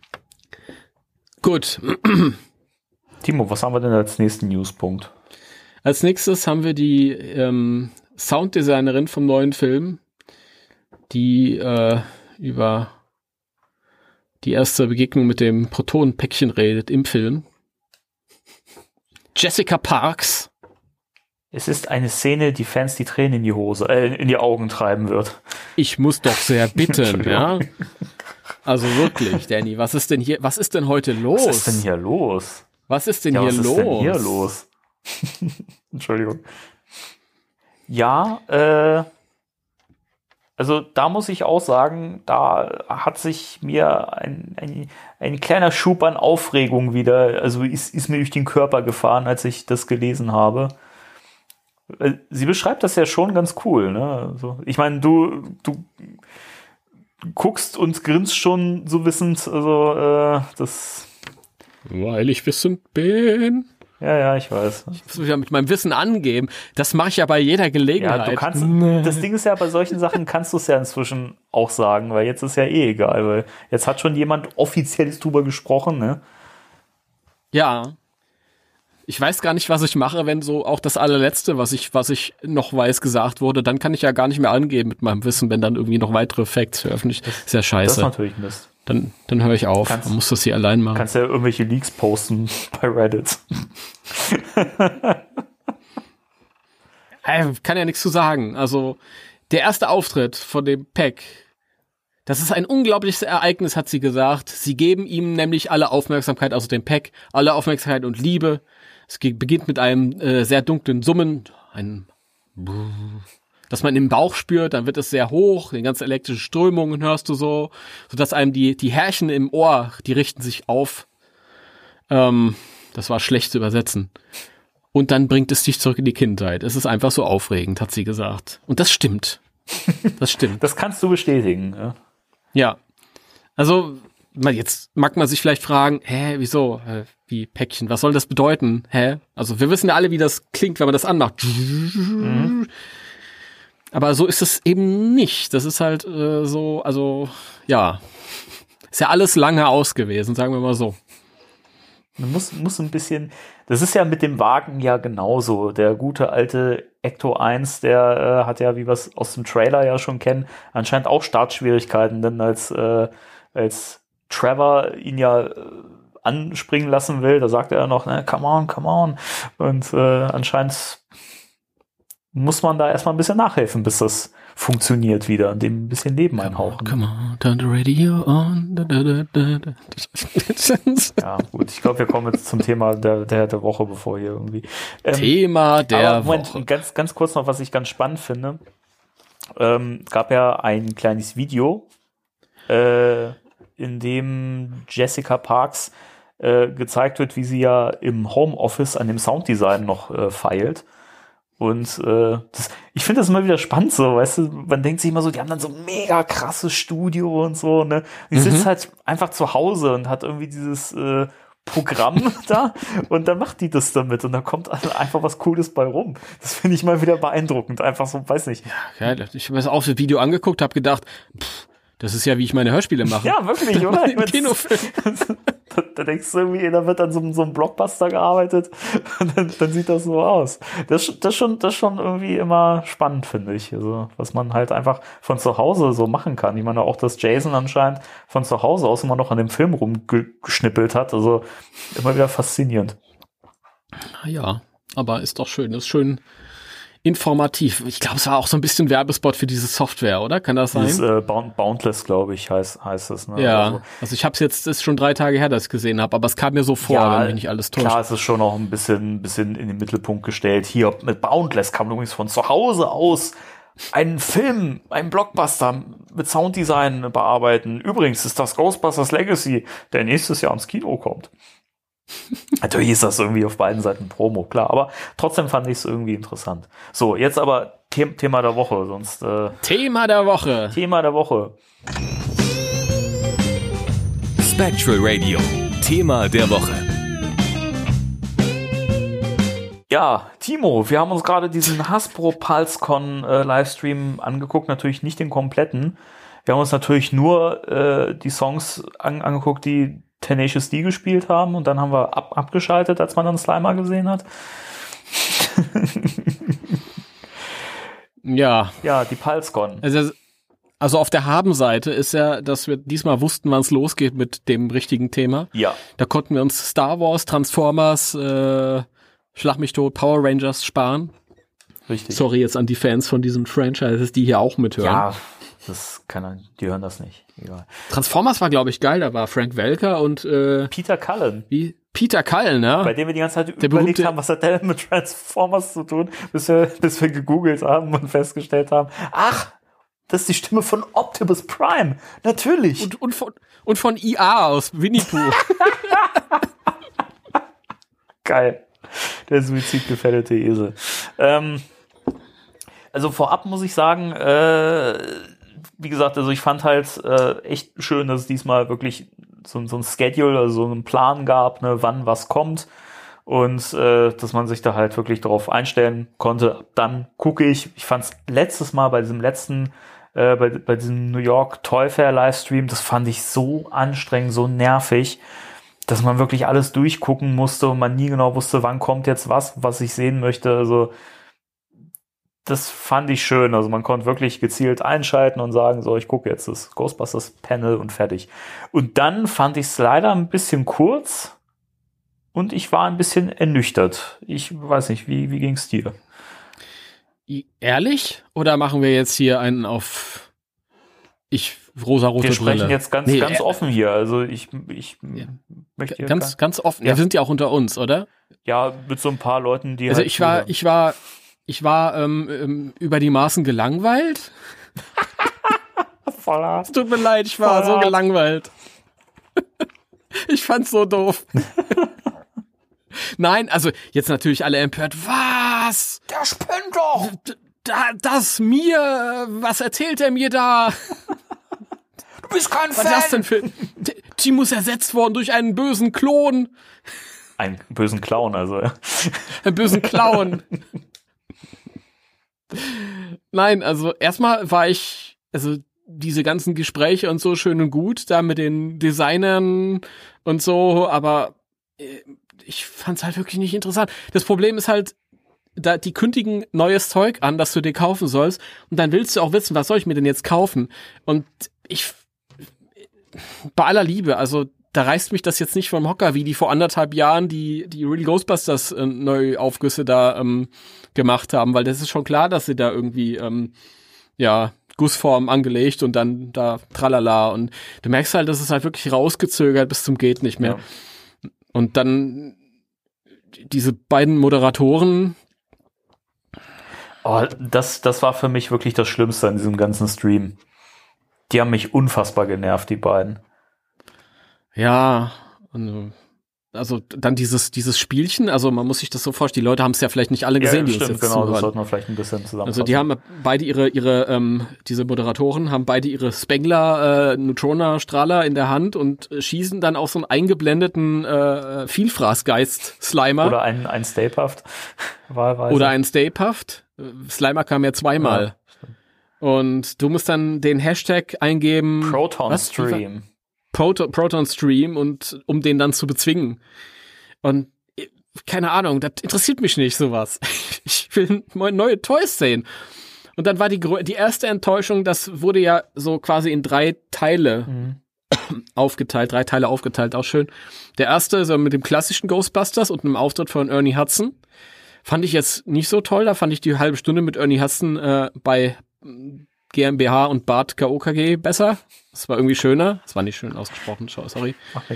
Gut. Timo, was haben wir denn als nächsten Newspunkt? Als nächstes haben wir die Sounddesignerin vom neuen Film, die über die erste Begegnung mit dem Protonenpäckchen redet im Film. Jessica Parks. Es ist eine Szene, die Fans die Tränen in die Augen treiben wird. Ich muss doch sehr bitten, ja. Also wirklich, Danny, was ist denn heute los? Was ist denn hier los? Was ist denn hier los? Entschuldigung. Ja, also also da muss ich auch sagen, da hat sich mir ein kleiner Schub an Aufregung wieder, also ist mir durch den Körper gefahren, als ich das gelesen habe. Sie beschreibt das ja schon ganz cool, ne? Also, ich meine, du guckst und grinst schon so wissend, also das... Weil ich wissend bin. Ja, ich weiß. Ich muss mich ja mit meinem Wissen angeben. Das mache ich ja bei jeder Gelegenheit. Ja, du kannst, das Ding ist ja, bei solchen Sachen kannst du es ja inzwischen auch sagen, weil jetzt ist ja egal, weil jetzt hat schon jemand Offizielles drüber gesprochen, ne? Ja. Ich weiß gar nicht, was ich mache, wenn so auch das allerletzte, was ich noch weiß, gesagt wurde, dann kann ich ja gar nicht mehr angeben mit meinem Wissen, wenn dann irgendwie noch weitere Facts veröffentlicht. Ist ja scheiße. Das ist natürlich Mist. Dann höre ich auf. Man muss das hier allein machen. Kannst ja irgendwelche Leaks posten bei Reddit. Kann ja nichts zu sagen. Also, der erste Auftritt von dem Peck, das ist ein unglaubliches Ereignis, hat sie gesagt. Sie geben ihm nämlich alle Aufmerksamkeit, also dem Peck, alle Aufmerksamkeit und Liebe. Es beginnt mit einem sehr dunklen Summen, dass man im Bauch spürt, dann wird es sehr hoch, die ganzen elektrischen Strömungen hörst du so, sodass einem die Härchen im Ohr, die richten sich auf. Das war schlecht zu übersetzen. Und dann bringt es dich zurück in die Kindheit. Es ist einfach so aufregend, hat sie gesagt. Und das stimmt. Das stimmt. Das kannst du bestätigen. Ja. Ja. Also, jetzt mag man sich vielleicht fragen, wieso? Wie Päckchen, was soll das bedeuten? Also, wir wissen ja alle, wie das klingt, wenn man das anmacht. Mhm. Aber so ist es eben nicht. Das ist halt so, also, ja. Ist ja alles lange aus gewesen, sagen wir mal so. Man muss ein bisschen, das ist ja mit dem Wagen ja genauso. Der gute alte Ecto 1, der hat ja, wie wir es aus dem Trailer ja schon kennen, anscheinend auch Startschwierigkeiten, denn als Trevor ihn ja anspringen lassen will, da sagt er ja noch, ne, come on. Und anscheinend muss man da erstmal ein bisschen nachhelfen, bis das funktioniert wieder und dem ein bisschen Leben einhauchen. Come on, turn the radio on. Ja, gut, ich glaube, wir kommen jetzt zum Thema der Woche, bevor hier irgendwie... Thema der Moment, Woche. Ganz kurz noch, was ich ganz spannend finde. Es gab ja ein kleines Video, in dem Jessica Parks gezeigt wird, wie sie ja im Homeoffice an dem Sounddesign noch feilt. Und ich finde das immer wieder spannend so, weißt du, man denkt sich immer so, die haben dann so ein mega krasses Studio und so, ne? Die sitzt halt einfach zu Hause und hat irgendwie dieses Programm da und dann macht die das damit und da kommt einfach was Cooles bei rum. Das finde ich mal wieder beeindruckend, einfach so, weiß nicht. Ja, ich habe mir auch das Video angeguckt, habe gedacht, das ist ja, wie ich meine Hörspiele mache. Ja, wirklich, oder? Kinofilm. Da denkst du irgendwie, da wird an so einem Blockbuster gearbeitet und dann sieht das so aus. Das ist schon irgendwie immer spannend, finde ich. Also, was man halt einfach von zu Hause so machen kann. Ich meine, auch, dass Jason anscheinend von zu Hause aus immer noch an dem Film rumgeschnippelt hat. Also, immer wieder faszinierend. Ja, aber ist doch schön. Ist schön informativ. Ich glaube, es war auch so ein bisschen Werbespot für diese Software, oder? Kann das sein? Dieses Boundless, glaube ich, heißt es. Ne? Ja, also ich habe es jetzt, ist schon 3 Tage her, dass ich gesehen habe, aber es kam mir so vor, wenn mich nicht alles täuscht. Klar, es ist schon noch ein bisschen in den Mittelpunkt gestellt. Hier mit Boundless kann man übrigens von zu Hause aus einen Film, einen Blockbuster mit Sounddesign bearbeiten. Übrigens ist das Ghostbusters Legacy, der nächstes Jahr ins Kino kommt. Natürlich ist das irgendwie auf beiden Seiten Promo, klar, aber trotzdem fand ich es irgendwie interessant. So, jetzt aber Thema der Woche, sonst Thema der Woche. Spectral Radio, Thema der Woche. Ja, Timo, wir haben uns gerade diesen Hasbro PulseCon Livestream angeguckt, natürlich nicht den kompletten. Wir haben uns natürlich nur die Songs angeguckt, die Tenacious D gespielt haben und dann haben wir abgeschaltet, als man dann Slimer gesehen hat. Ja, die PulseCon. Also auf der Haben-Seite ist ja, dass wir diesmal wussten, wann es losgeht mit dem richtigen Thema. Ja. Da konnten wir uns Star Wars, Transformers, Schlag mich tot, Power Rangers sparen. Richtig. Sorry jetzt an die Fans von diesen Franchises, die hier auch mithören. Ja, die hören das nicht. Egal. Transformers war, glaube ich, geil. Da war Frank Welker und Peter Cullen. Peter Cullen, ne? Bei dem wir die ganze Zeit überlegt haben, was hat der denn mit Transformers zu tun, bis wir gegoogelt haben und festgestellt haben, ach, Das ist die Stimme von Optimus Prime. Natürlich. Und von IA aus Winnie Pooh. Geil. Der suizidgefährdete Esel. Also vorab muss ich sagen, wie gesagt, also ich fand halt echt schön, dass es diesmal wirklich so ein Schedule, also so einen Plan gab, ne, wann was kommt. Und dass man sich da halt wirklich darauf einstellen konnte. Dann gucke ich fand es letztes Mal bei diesem bei diesem New York Toy Fair Livestream, das fand ich so anstrengend, so nervig, dass man wirklich alles durchgucken musste und man nie genau wusste, wann kommt jetzt was ich sehen möchte. Also das fand ich schön. Also man konnte wirklich gezielt einschalten und sagen, so, ich gucke jetzt das Ghostbusters Panel und fertig. Und dann fand ich es leider ein bisschen kurz und ich war ein bisschen ernüchtert. Ich weiß nicht, wie ging's dir? Ehrlich? Oder machen wir jetzt hier einen auf rosarote Brille? Wir sprechen jetzt ganz offen hier. Also ich möchte hier ganz offen. Ja, wir sind ja auch unter uns, oder? Ja, mit so ein paar Leuten, die also halt ich war über die Maßen gelangweilt. Voll hart. Es tut mir leid, ich war so gelangweilt. Ich fand's so doof. Nein, also jetzt natürlich alle empört. Was? Der spinnt doch! Was erzählt er mir da? Du bist kein Fan! Was ist das denn für... Timo ist ersetzt worden durch einen bösen Klon. Einen bösen Clown, also. Einen bösen Clown. Nein, also erstmal also diese ganzen Gespräche und so schön und gut, da mit den Designern und so, aber ich fand's halt wirklich nicht interessant. Das Problem ist halt, die kündigen neues Zeug an, das du dir kaufen sollst, und dann willst du auch wissen, was soll ich mir denn jetzt kaufen? Und bei aller Liebe, also da reißt mich das jetzt nicht vom Hocker, wie die vor 1,5 Jahren die Real Ghostbusters Neuaufgüsse da gemacht haben, weil das ist schon klar, dass sie da irgendwie Gussform angelegt und dann da tralala, und du merkst halt, dass es halt wirklich rausgezögert bis zum geht nicht mehr. Ja. Und dann diese beiden Moderatoren. Oh, das war für mich wirklich das Schlimmste an diesem ganzen Stream. Die haben mich unfassbar genervt, die beiden. Ja, also dann dieses Spielchen, also man muss sich das so vorstellen, die Leute haben es ja vielleicht nicht alle gesehen, die stimmt, uns jetzt genau, zuhören. Das sollten wir vielleicht ein bisschen zusammenfassen. Also die haben beide diese Moderatoren haben beide ihre Spengler Neutrona-Strahler in der Hand und schießen dann auf so einen eingeblendeten Vielfraßgeist-Slimer. Oder einen Stay Puft. Wahlweise. Oder einen Stay Puft. Slimer kam ja zweimal. Ja, und du musst dann den Hashtag eingeben. Proton Stream. Proton Stream, und um den dann zu bezwingen. Und keine Ahnung, das interessiert mich nicht, sowas. Ich will neue Toys sehen. Und dann war die erste Enttäuschung, das wurde ja so quasi in 3 Teile aufgeteilt, auch schön. Der erste so mit dem klassischen Ghostbusters und einem Auftritt von Ernie Hudson. Fand ich jetzt nicht so toll, da fand ich die halbe Stunde mit Ernie Hudson bei GmbH und Bart KOKG besser. Das war irgendwie schöner. Das war nicht schön ausgesprochen, sorry.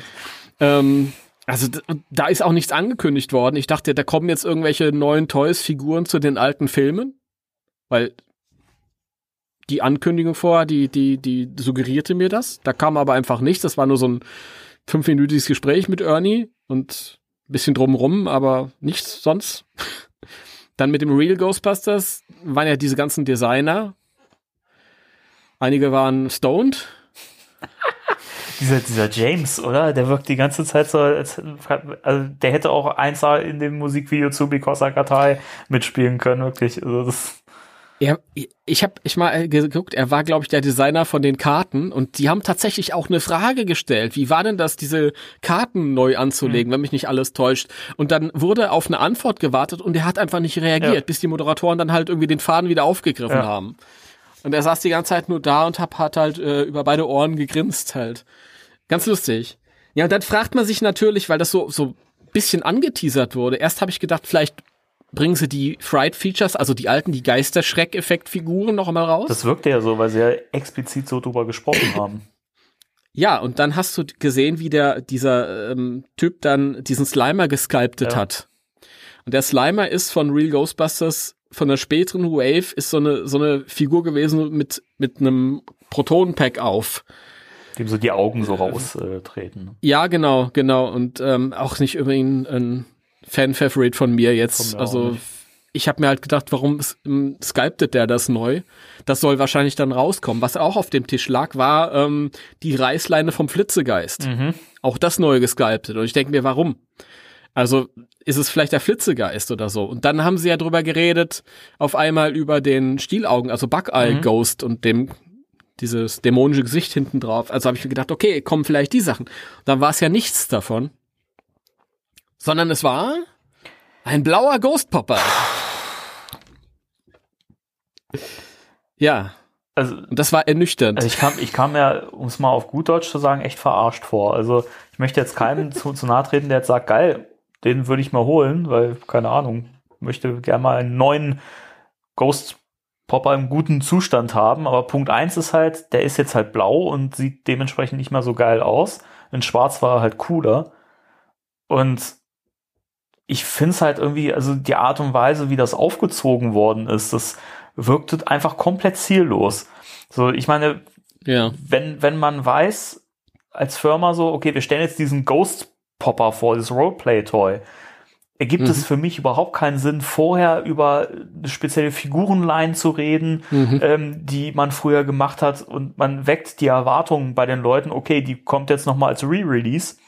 Also da ist auch nichts angekündigt worden. Ich dachte, da kommen jetzt irgendwelche neuen Toys-Figuren zu den alten Filmen. Weil die Ankündigung vorher, die suggerierte mir das. Da kam aber einfach nichts. Das war nur so ein 5-minütiges Gespräch mit Ernie und ein bisschen drumrum, aber nichts sonst. Dann mit dem Real Ghostbusters waren ja diese ganzen Designer. Einige waren stoned. Dieser James, oder? Der wirkt die ganze Zeit so, also der hätte auch eins in dem Musikvideo zu Because I Got High mitspielen können, wirklich. Also das. Ja, ich mal geguckt, er war, glaube ich, der Designer von den Karten, und die haben tatsächlich auch eine Frage gestellt. Wie war denn das, diese Karten neu anzulegen, wenn mich nicht alles täuscht? Und dann wurde auf eine Antwort gewartet und er hat einfach nicht reagiert, bis die Moderatoren dann halt irgendwie den Faden wieder aufgegriffen haben. Und er saß die ganze Zeit nur da und hat halt über beide Ohren gegrinst halt. Ganz lustig. Ja, und dann fragt man sich natürlich, weil das so ein bisschen angeteasert wurde. Erst habe ich gedacht, vielleicht bringen sie die Fright-Features, also die alten, die Geister-Schreck-Effekt-Figuren noch einmal raus. Das wirkte ja so, weil sie ja explizit so drüber gesprochen haben. Ja, und dann hast du gesehen, wie dieser Typ dann diesen Slimer gesculptet hat. Und der Slimer ist von Real Ghostbusters von der späteren Wave ist so eine Figur gewesen mit einem Protonenpack auf. Dem so die Augen so raustreten. Ja, genau. Und auch nicht übrigens ein Fan-Favorite von mir jetzt. Also ich habe mir halt gedacht, warum sculptet der das neu? Das soll wahrscheinlich dann rauskommen. Was auch auf dem Tisch lag, war die Reißleine vom Flitzegeist. Auch das neu gesculptet. Und ich denke mir, warum? Also ist es vielleicht der Flitzegeist oder so? Und dann haben sie ja drüber geredet, auf einmal über den Stielaugen, also Bug-Eye-Ghost und dieses dämonische Gesicht hinten drauf. Also habe ich mir gedacht, okay, kommen vielleicht die Sachen. Dann war es ja nichts davon. Sondern es war ein blauer Ghost-Popper. Ja. Also, und das war ernüchternd. Also ich kam mir, um es mal auf gut Deutsch zu sagen, echt verarscht vor. Also ich möchte jetzt keinem zu nahe treten, der jetzt sagt, geil, den würde ich mal holen, weil, keine Ahnung, möchte gerne mal einen neuen Ghost-Popper im guten Zustand haben. Aber Punkt 1 ist halt, der ist jetzt halt blau und sieht dementsprechend nicht mehr so geil aus. In Schwarz war er halt cooler. Und ich finde es halt irgendwie, also die Art und Weise, wie das aufgezogen worden ist, das wirkte einfach komplett ziellos. So, ich meine, wenn man weiß, als Firma so, okay, wir stellen jetzt diesen Ghost-Popper vor, dieses Roleplay-Toy, ergibt es für mich überhaupt keinen Sinn, vorher über eine spezielle Figurenline zu reden, die man früher gemacht hat, und man weckt die Erwartungen bei den Leuten, okay, die kommt jetzt nochmal als Re-Release.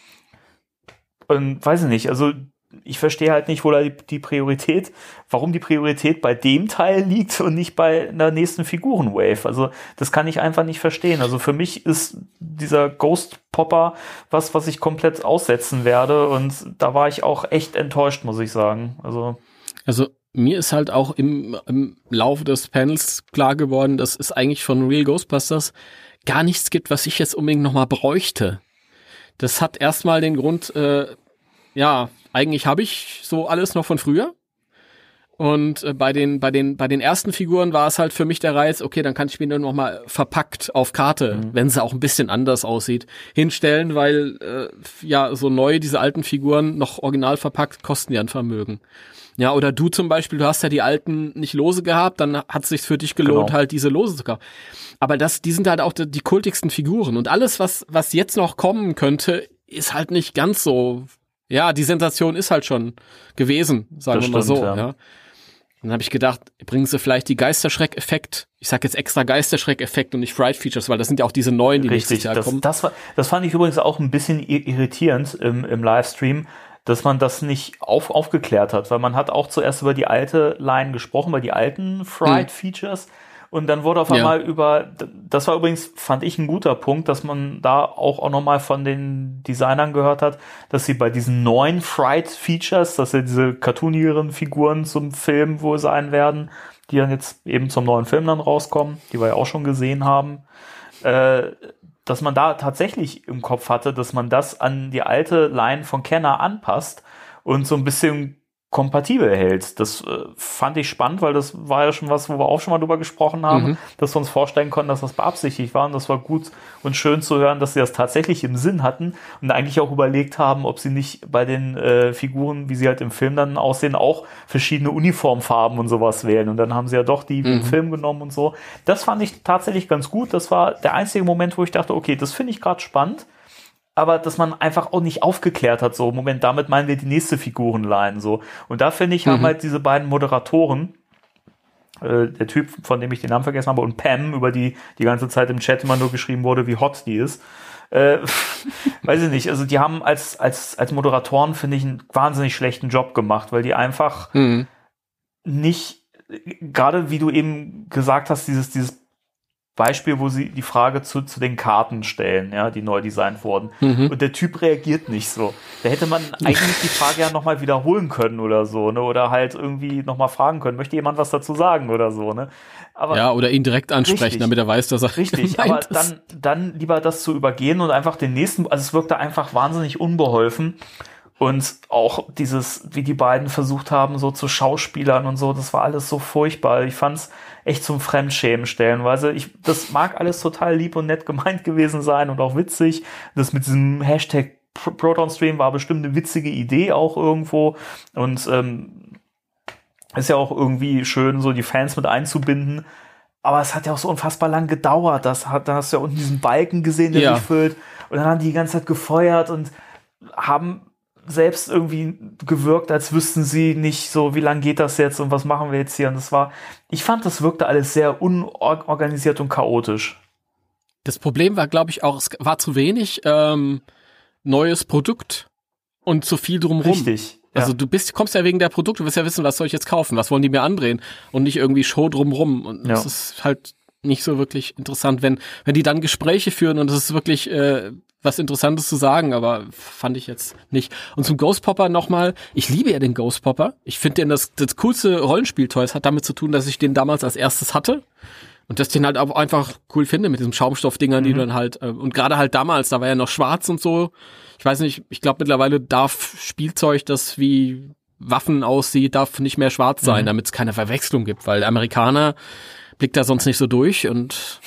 Und weiß ich nicht, also ich verstehe halt nicht, warum die Priorität bei dem Teil liegt und nicht bei einer nächsten Figurenwave. Also das kann ich einfach nicht verstehen. Also für mich ist dieser Ghost-Popper was ich komplett aussetzen werde, und da war ich auch echt enttäuscht, muss ich sagen. Also mir ist halt auch im Laufe des Panels klar geworden, dass es eigentlich von Real Ghostbusters gar nichts gibt, was ich jetzt unbedingt nochmal bräuchte. Das hat erstmal den Grund, eigentlich habe ich so alles noch von früher. Und bei den ersten Figuren war es halt für mich der Reiz, okay, dann kann ich mir nur noch mal verpackt auf Karte, wenn sie auch ein bisschen anders aussieht, hinstellen, weil so neu diese alten Figuren noch original verpackt kosten ja ein Vermögen. Ja, oder du zum Beispiel, du hast ja die alten nicht lose gehabt, dann hat es sich für dich gelohnt, halt diese lose zu kaufen. Aber die sind halt auch die kultigsten Figuren. Und alles, was jetzt noch kommen könnte, ist halt nicht ganz so. Ja, die Sensation ist halt schon gewesen, sagen wir mal so. Ja. Dann habe ich gedacht, bringen sie vielleicht die Geisterschreck-Effekt. Ich sag jetzt extra Geisterschreck-Effekt und nicht Fright-Features, weil das sind ja auch diese neuen, die nächstes Jahr kommen. Das fand ich übrigens auch ein bisschen irritierend im Livestream, dass man das nicht aufgeklärt hat, weil man hat auch zuerst über die alte Line gesprochen, über die alten Fright-Features. Und dann wurde auf einmal das war übrigens, fand ich, ein guter Punkt, dass man da auch nochmal von den Designern gehört hat, dass sie bei diesen neuen Fright-Features, dass sie diese cartoonigeren Figuren zum Film wohl sein werden, die dann jetzt eben zum neuen Film dann rauskommen, die wir ja auch schon gesehen haben, dass man da tatsächlich im Kopf hatte, dass man das an die alte Line von Kenner anpasst und so ein bisschen kompatibel hält. Das fand ich spannend, weil das war ja schon was, wo wir auch schon mal drüber gesprochen haben, dass wir uns vorstellen konnten, dass das beabsichtigt war, und das war gut und schön zu hören, dass sie das tatsächlich im Sinn hatten und eigentlich auch überlegt haben, ob sie nicht bei den Figuren, wie sie halt im Film dann aussehen, auch verschiedene Uniformfarben und sowas wählen, und dann haben sie ja doch die im Film genommen und so. Das fand ich tatsächlich ganz gut. Das war der einzige Moment, wo ich dachte, okay, das finde ich gerade spannend, aber dass man einfach auch nicht aufgeklärt hat, so, Moment, damit meinen wir die nächste Figurenline, so. Und da, finde ich, haben halt diese beiden Moderatoren, der Typ, von dem ich den Namen vergessen habe, und Pam, über die ganze Zeit im Chat immer nur geschrieben wurde, wie hot die ist. Weiß ich nicht, also die haben als Moderatoren, finde ich, einen wahnsinnig schlechten Job gemacht, weil die einfach nicht, gerade wie du eben gesagt hast, dieses Beispiel, wo sie die Frage zu den Karten stellen, ja, die neu designt wurden. Und der Typ reagiert nicht so. Da hätte man eigentlich die Frage ja nochmal wiederholen können oder so, ne? Oder halt irgendwie nochmal fragen können, möchte jemand was dazu sagen oder so, ne? Aber ja, oder ihn direkt ansprechen, richtig, damit er weiß, dass er richtig, aber dann lieber das zu übergehen und einfach den nächsten, also es wirkte einfach wahnsinnig unbeholfen. Und auch wie die beiden versucht haben, so zu Schauspielern und so, das war alles so furchtbar. Ich fand's echt zum Fremdschämen stellenweise. Das mag alles total lieb und nett gemeint gewesen sein und auch witzig. Das mit diesem Hashtag Proton Stream war bestimmt eine witzige Idee auch irgendwo. Und ist ja auch irgendwie schön, so die Fans mit einzubinden. Aber es hat ja auch so unfassbar lang gedauert. Da hast du ja unten diesen Balken gesehen, der sich füllt. Und dann haben die ganze Zeit gefeuert und haben selbst irgendwie gewirkt, als wüssten sie nicht so, wie lange geht das jetzt und was machen wir jetzt hier. Und ich fand, das wirkte alles sehr unorganisiert und chaotisch. Das Problem war, glaube ich, auch, es war zu wenig neues Produkt und zu viel drumherum. Richtig. Also du kommst ja wegen der Produkte, du willst ja wissen, was soll ich jetzt kaufen, was wollen die mir andrehen und nicht irgendwie Show drumrum. Und das ist halt nicht so wirklich interessant, wenn die dann Gespräche führen und es ist wirklich was Interessantes zu sagen, aber fand ich jetzt nicht. Und zum Ghost Popper nochmal, ich liebe ja den Ghost Popper. Ich finde den das coolste Rollenspieltoy. Es hat damit zu tun, dass ich den damals als erstes hatte. Und dass ich den halt auch einfach cool finde mit diesen Schaumstoffdingern, die dann halt, und gerade halt damals, da war ja noch schwarz und so. Ich weiß nicht, ich glaube mittlerweile darf Spielzeug, das wie Waffen aussieht, darf nicht mehr schwarz sein, damit es keine Verwechslung gibt, weil der Amerikaner blickt da sonst nicht so durch und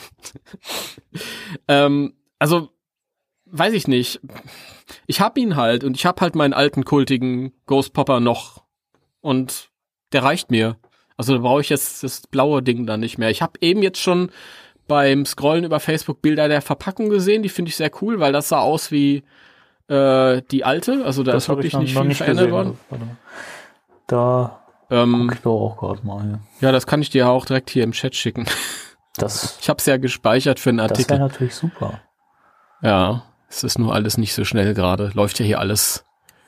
also weiß ich nicht. Ich hab ihn halt und ich hab halt meinen alten kultigen Ghost Popper noch und der reicht mir. Also da brauche ich jetzt das blaue Ding dann nicht mehr. Ich habe eben jetzt schon beim Scrollen über Facebook Bilder der Verpackung gesehen. Die finde ich sehr cool, weil das sah aus wie die alte. Also da ist wirklich nicht viel verändert worden. Da guck ich doch auch gerade mal hier. Ja, das kann ich dir auch direkt hier im Chat schicken. Ich habe es ja gespeichert für einen Artikel. Das wäre natürlich super. Ja, es ist nur alles nicht so schnell gerade. Läuft ja hier alles.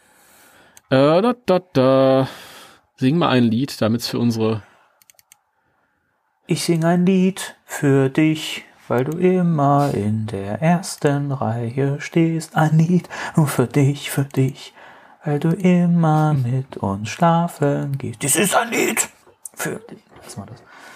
Sing mal ein Lied, damit es für unsere... Ich sing ein Lied für dich, weil du immer in der ersten Reihe stehst. Ein Lied nur für dich, weil du immer mit uns schlafen gehst. Dies ist ein Lied für dich. Lass mal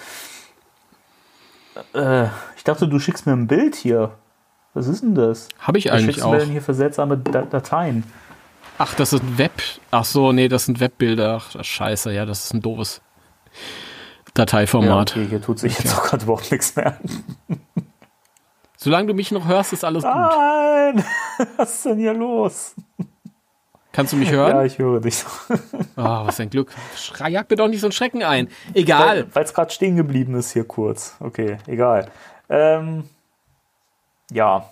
das. Ich dachte, du schickst mir ein Bild hier. Was ist denn das? Habe ich eigentlich auch. Was schickst du mir denn hier für seltsame Dateien? Ach, das ist ein Web. Ach so, nee, das sind Webbilder. Ach, scheiße, ja, das ist ein doofes Dateiformat. Ja, okay, hier tut sich jetzt auch gerade überhaupt nichts mehr. Solange du mich noch hörst, ist alles gut. Nein! Was ist denn hier los? Kannst du mich hören? Ja, ich höre dich. Was ein Glück. Jag mir doch nicht so einen Schrecken ein. Egal. Weil es gerade stehen geblieben ist hier kurz. Okay, egal. Ja.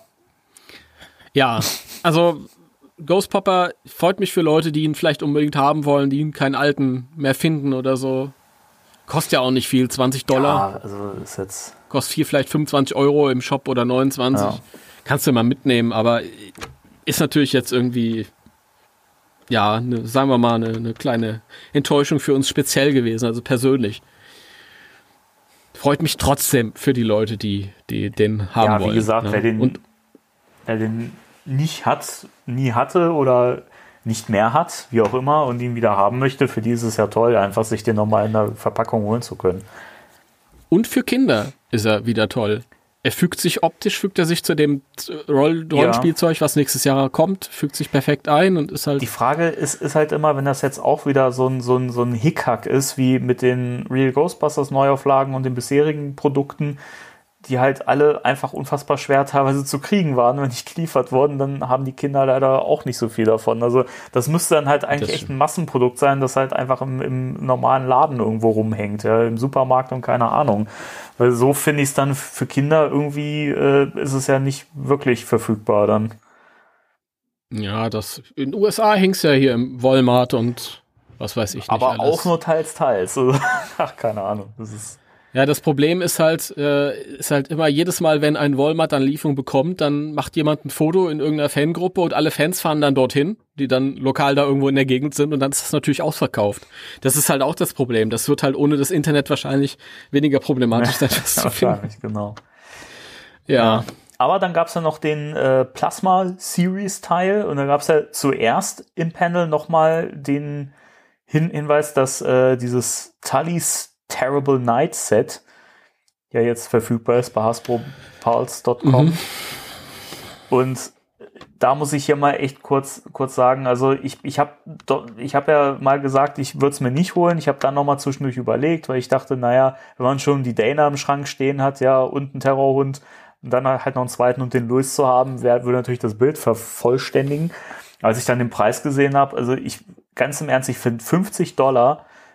Ja, also Ghost Popper freut mich für Leute, die ihn vielleicht unbedingt haben wollen, die ihn keinen alten mehr finden oder so. Kostet ja auch nicht viel, $20. Ja, also ist jetzt... Kostet hier vielleicht 25 € im Shop oder 29. Ja. Kannst du mal mitnehmen, aber ist natürlich jetzt irgendwie, ja, sagen wir mal, eine kleine Enttäuschung für uns speziell gewesen, also persönlich. Freut mich trotzdem für die Leute, die den haben wollen. Ja, wie gesagt, wer den nicht hat, nie hatte oder nicht mehr hat, wie auch immer, und ihn wieder haben möchte, für die ist es ja toll, einfach sich den nochmal in der Verpackung holen zu können. Und für Kinder ist er wieder toll. Fügt er sich zu dem Rollenspielzeug, was nächstes Jahr kommt, fügt sich perfekt ein und ist halt... Die Frage ist halt immer, wenn das jetzt auch wieder so ein Hickhack ist, wie mit den Real Ghostbusters Neuauflagen und den bisherigen Produkten, die halt alle einfach unfassbar schwer teilweise zu kriegen waren, wenn nicht geliefert wurden, dann haben die Kinder leider auch nicht so viel davon. Also das müsste dann halt eigentlich echt ein Massenprodukt sein, das halt einfach im normalen Laden irgendwo rumhängt, ja, im Supermarkt und keine Ahnung. Weil so finde ich es dann für Kinder irgendwie, ist es ja nicht wirklich verfügbar dann. Ja, in den USA hing es ja hier im Walmart und was weiß ich nicht. Aber alles. Auch nur teils. Also, ach, keine Ahnung. Ja, das Problem ist halt immer jedes Mal, wenn ein Walmart dann Lieferung bekommt, dann macht jemand ein Foto in irgendeiner Fangruppe und alle Fans fahren dann dorthin, die dann lokal da irgendwo in der Gegend sind und dann ist das natürlich ausverkauft. Das ist halt auch das Problem. Das wird halt ohne das Internet wahrscheinlich weniger problematisch sein, das zu finden. Wahrscheinlich, genau. Ja. Aber dann gab's ja noch den Plasma Series Teil und da gab's ja zuerst im Panel nochmal den Hinweis, dass dieses Tully's Terrible Night Set ja jetzt verfügbar ist bei HasbroPulse.com. Und da muss ich hier mal echt kurz sagen, also ich habe ja mal gesagt, ich würde es mir nicht holen. Ich habe dann nochmal zwischendurch überlegt, weil ich dachte, naja, wenn man schon die Dana im Schrank stehen hat, ja, und einen Terrorhund und dann halt noch einen zweiten und den Louis zu haben, würde natürlich das Bild vervollständigen. Als ich dann den Preis gesehen habe, also ganz im Ernst, ich finde $50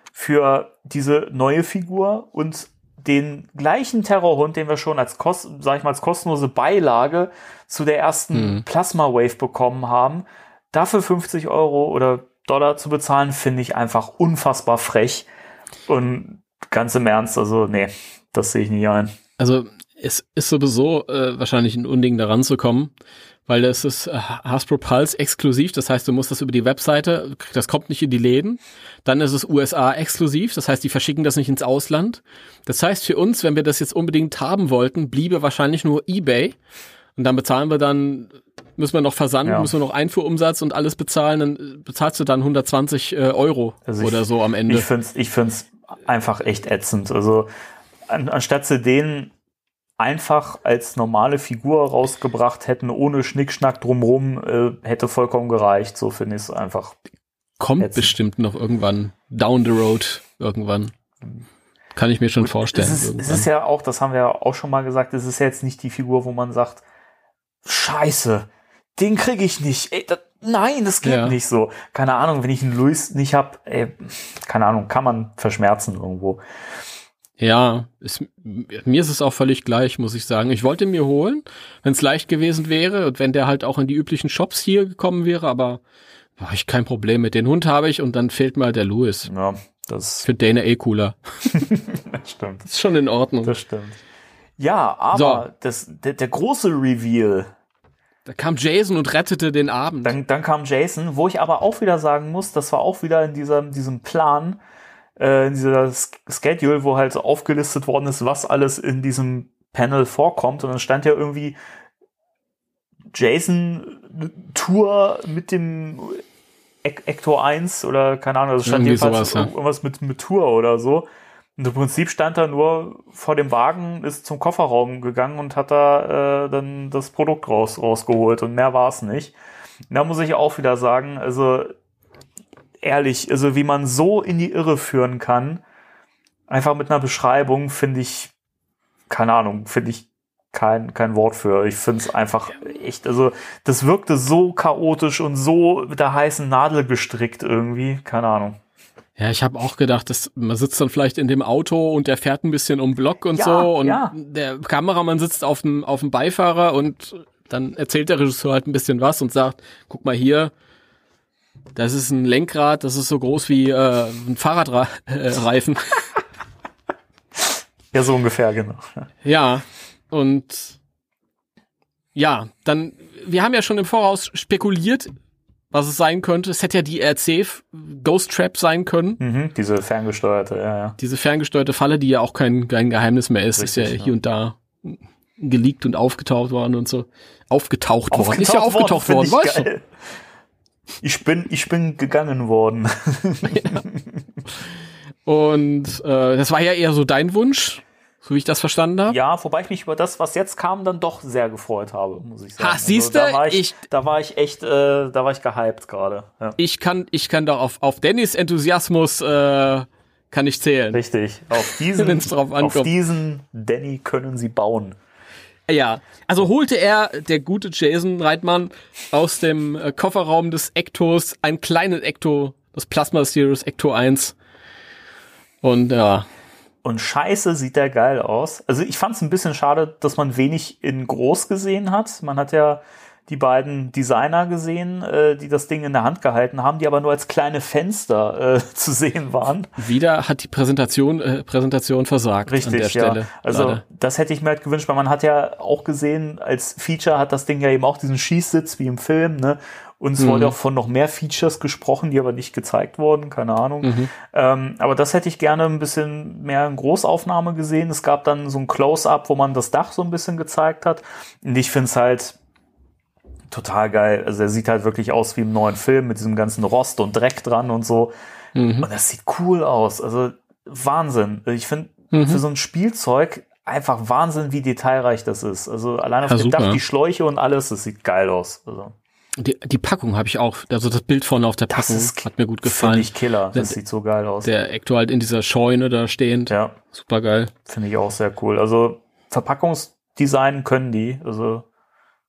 für diese neue Figur und den gleichen Terrorhund, den wir schon als kostenlose Beilage zu der ersten Plasma Wave bekommen haben, dafür 50 € oder Dollar zu bezahlen, finde ich einfach unfassbar frech. Und ganz im Ernst, also nee, das sehe ich nicht ein. Also es ist sowieso wahrscheinlich ein Unding, da ranzukommen, weil das ist Hasbro Pulse exklusiv, das heißt, du musst das über die Webseite, das kommt nicht in die Läden. Dann ist es USA exklusiv, das heißt, die verschicken das nicht ins Ausland. Das heißt, für uns, wenn wir das jetzt unbedingt haben wollten, bliebe wahrscheinlich nur eBay. Und dann müssen wir noch versanden, müssen wir noch Einfuhrumsatz und alles bezahlen, dann bezahlst du dann 120 € also oder so am Ende. Ich find's einfach echt ätzend. Also anstatt sie den einfach als normale Figur rausgebracht hätten, ohne Schnickschnack drumrum, hätte vollkommen gereicht. So finde ich es einfach. Kommt ätzend. Bestimmt noch irgendwann, down the road, irgendwann. Kann ich mir schon vorstellen. Es ist ja auch, das haben wir ja auch schon mal gesagt, es ist ja jetzt nicht die Figur, wo man sagt, Scheiße, den kriege ich nicht. Ey, nein, das geht nicht so. Keine Ahnung, wenn ich einen Louis nicht hab, keine Ahnung, kann man verschmerzen irgendwo. Ja, mir ist es auch völlig gleich, muss ich sagen. Ich wollte mir holen, wenn es leicht gewesen wäre und wenn der halt auch in die üblichen Shops hier gekommen wäre, aber habe ich kein Problem mit. Den Hund habe ich und dann fehlt mir halt der Louis. Ja, das für Dana cooler. Das stimmt. Das ist schon in Ordnung. Das stimmt. Ja, aber der große Reveal. Da kam Jason und rettete den Abend. Dann kam Jason, wo ich aber auch wieder sagen muss, das war auch wieder in diesem Plan, in dieser Schedule, wo halt so aufgelistet worden ist, was alles in diesem Panel vorkommt. Und dann stand ja irgendwie Jason Tour mit dem Ecto 1 oder keine Ahnung, also stand irgendwie jedenfalls sowas, irgendwas mit Tour oder so. Und im Prinzip stand er nur vor dem Wagen, ist zum Kofferraum gegangen und hat da dann das Produkt rausgeholt und mehr war es nicht. Und da muss ich auch wieder sagen, also ehrlich, also wie man so in die Irre führen kann, einfach mit einer Beschreibung, finde ich, keine Ahnung, finde ich kein Wort für. Ich finde es einfach echt, also das wirkte so chaotisch und so mit der heißen Nadel gestrickt irgendwie, keine Ahnung. Ja, ich habe auch gedacht, man sitzt dann vielleicht in dem Auto und der fährt ein bisschen um Block und so und der Kameramann sitzt auf dem Beifahrer und dann erzählt der Regisseur halt ein bisschen was und sagt, guck mal hier, das ist ein Lenkrad, das ist so groß wie ein Fahrradreifen. Ja, so ungefähr, genau. Ja, und ja, dann, wir haben ja schon im Voraus spekuliert, was es sein könnte. Es hätte ja die RC Ghost Trap sein können. Diese ferngesteuerte, ja. Diese ferngesteuerte Falle, die ja auch kein Geheimnis mehr ist. Richtig, ist ja hier und da geleakt und aufgetaucht worden und so. Aufgetaucht worden. Ist ja aufgetaucht worden, weißt du? Ich bin gegangen worden. Ja. Und das war ja eher so dein Wunsch, so wie ich das verstanden habe. Ja, wobei ich mich über das, was jetzt kam, dann doch sehr gefreut habe, muss ich sagen. Ha, siehst du? Also, da war ich echt, da war ich gehypt gerade. Ja. Ich kann doch auf Dannys Enthusiasmus kann ich zählen. Richtig. Auf diesen Danny können sie bauen. Ja, also holte der gute Jason Reitman aus dem Kofferraum des Ectos einen kleinen Ecto, das Plasma Series Ecto 1. Und ja. Und scheiße sieht der geil aus. Also ich fand es ein bisschen schade, dass man wenig in groß gesehen hat. Man hat ja die beiden Designer gesehen, die das Ding in der Hand gehalten haben, die aber nur als kleine Fenster zu sehen waren. Wieder hat die Präsentation versagt. Richtig, an der Stelle. Ja. Also leider. Das hätte ich mir halt gewünscht, weil man hat ja auch gesehen, als Feature hat das Ding ja eben auch diesen Schießsitz wie im Film, ne? Und es wurde auch von noch mehr Features gesprochen, die aber nicht gezeigt wurden, keine Ahnung. Aber das hätte ich gerne ein bisschen mehr in Großaufnahme gesehen. Es gab dann so ein Close-Up, wo man das Dach so ein bisschen gezeigt hat. Und ich finde es halt total geil. Also er sieht halt wirklich aus wie im neuen Film mit diesem ganzen Rost und Dreck dran und so. Und das sieht cool aus. Also Wahnsinn. Ich finde für so ein Spielzeug einfach Wahnsinn, wie detailreich das ist. Also allein auf dem Dach die Schläuche und alles, das sieht geil aus. Also. Die Packung habe ich auch, also das Bild vorne auf der Packung hat mir gut gefallen. Finde ich Killer, das sieht so geil aus. Der Ecto halt in dieser Scheune da stehend, super geil. Finde ich auch sehr cool. Also Verpackungsdesign können die, also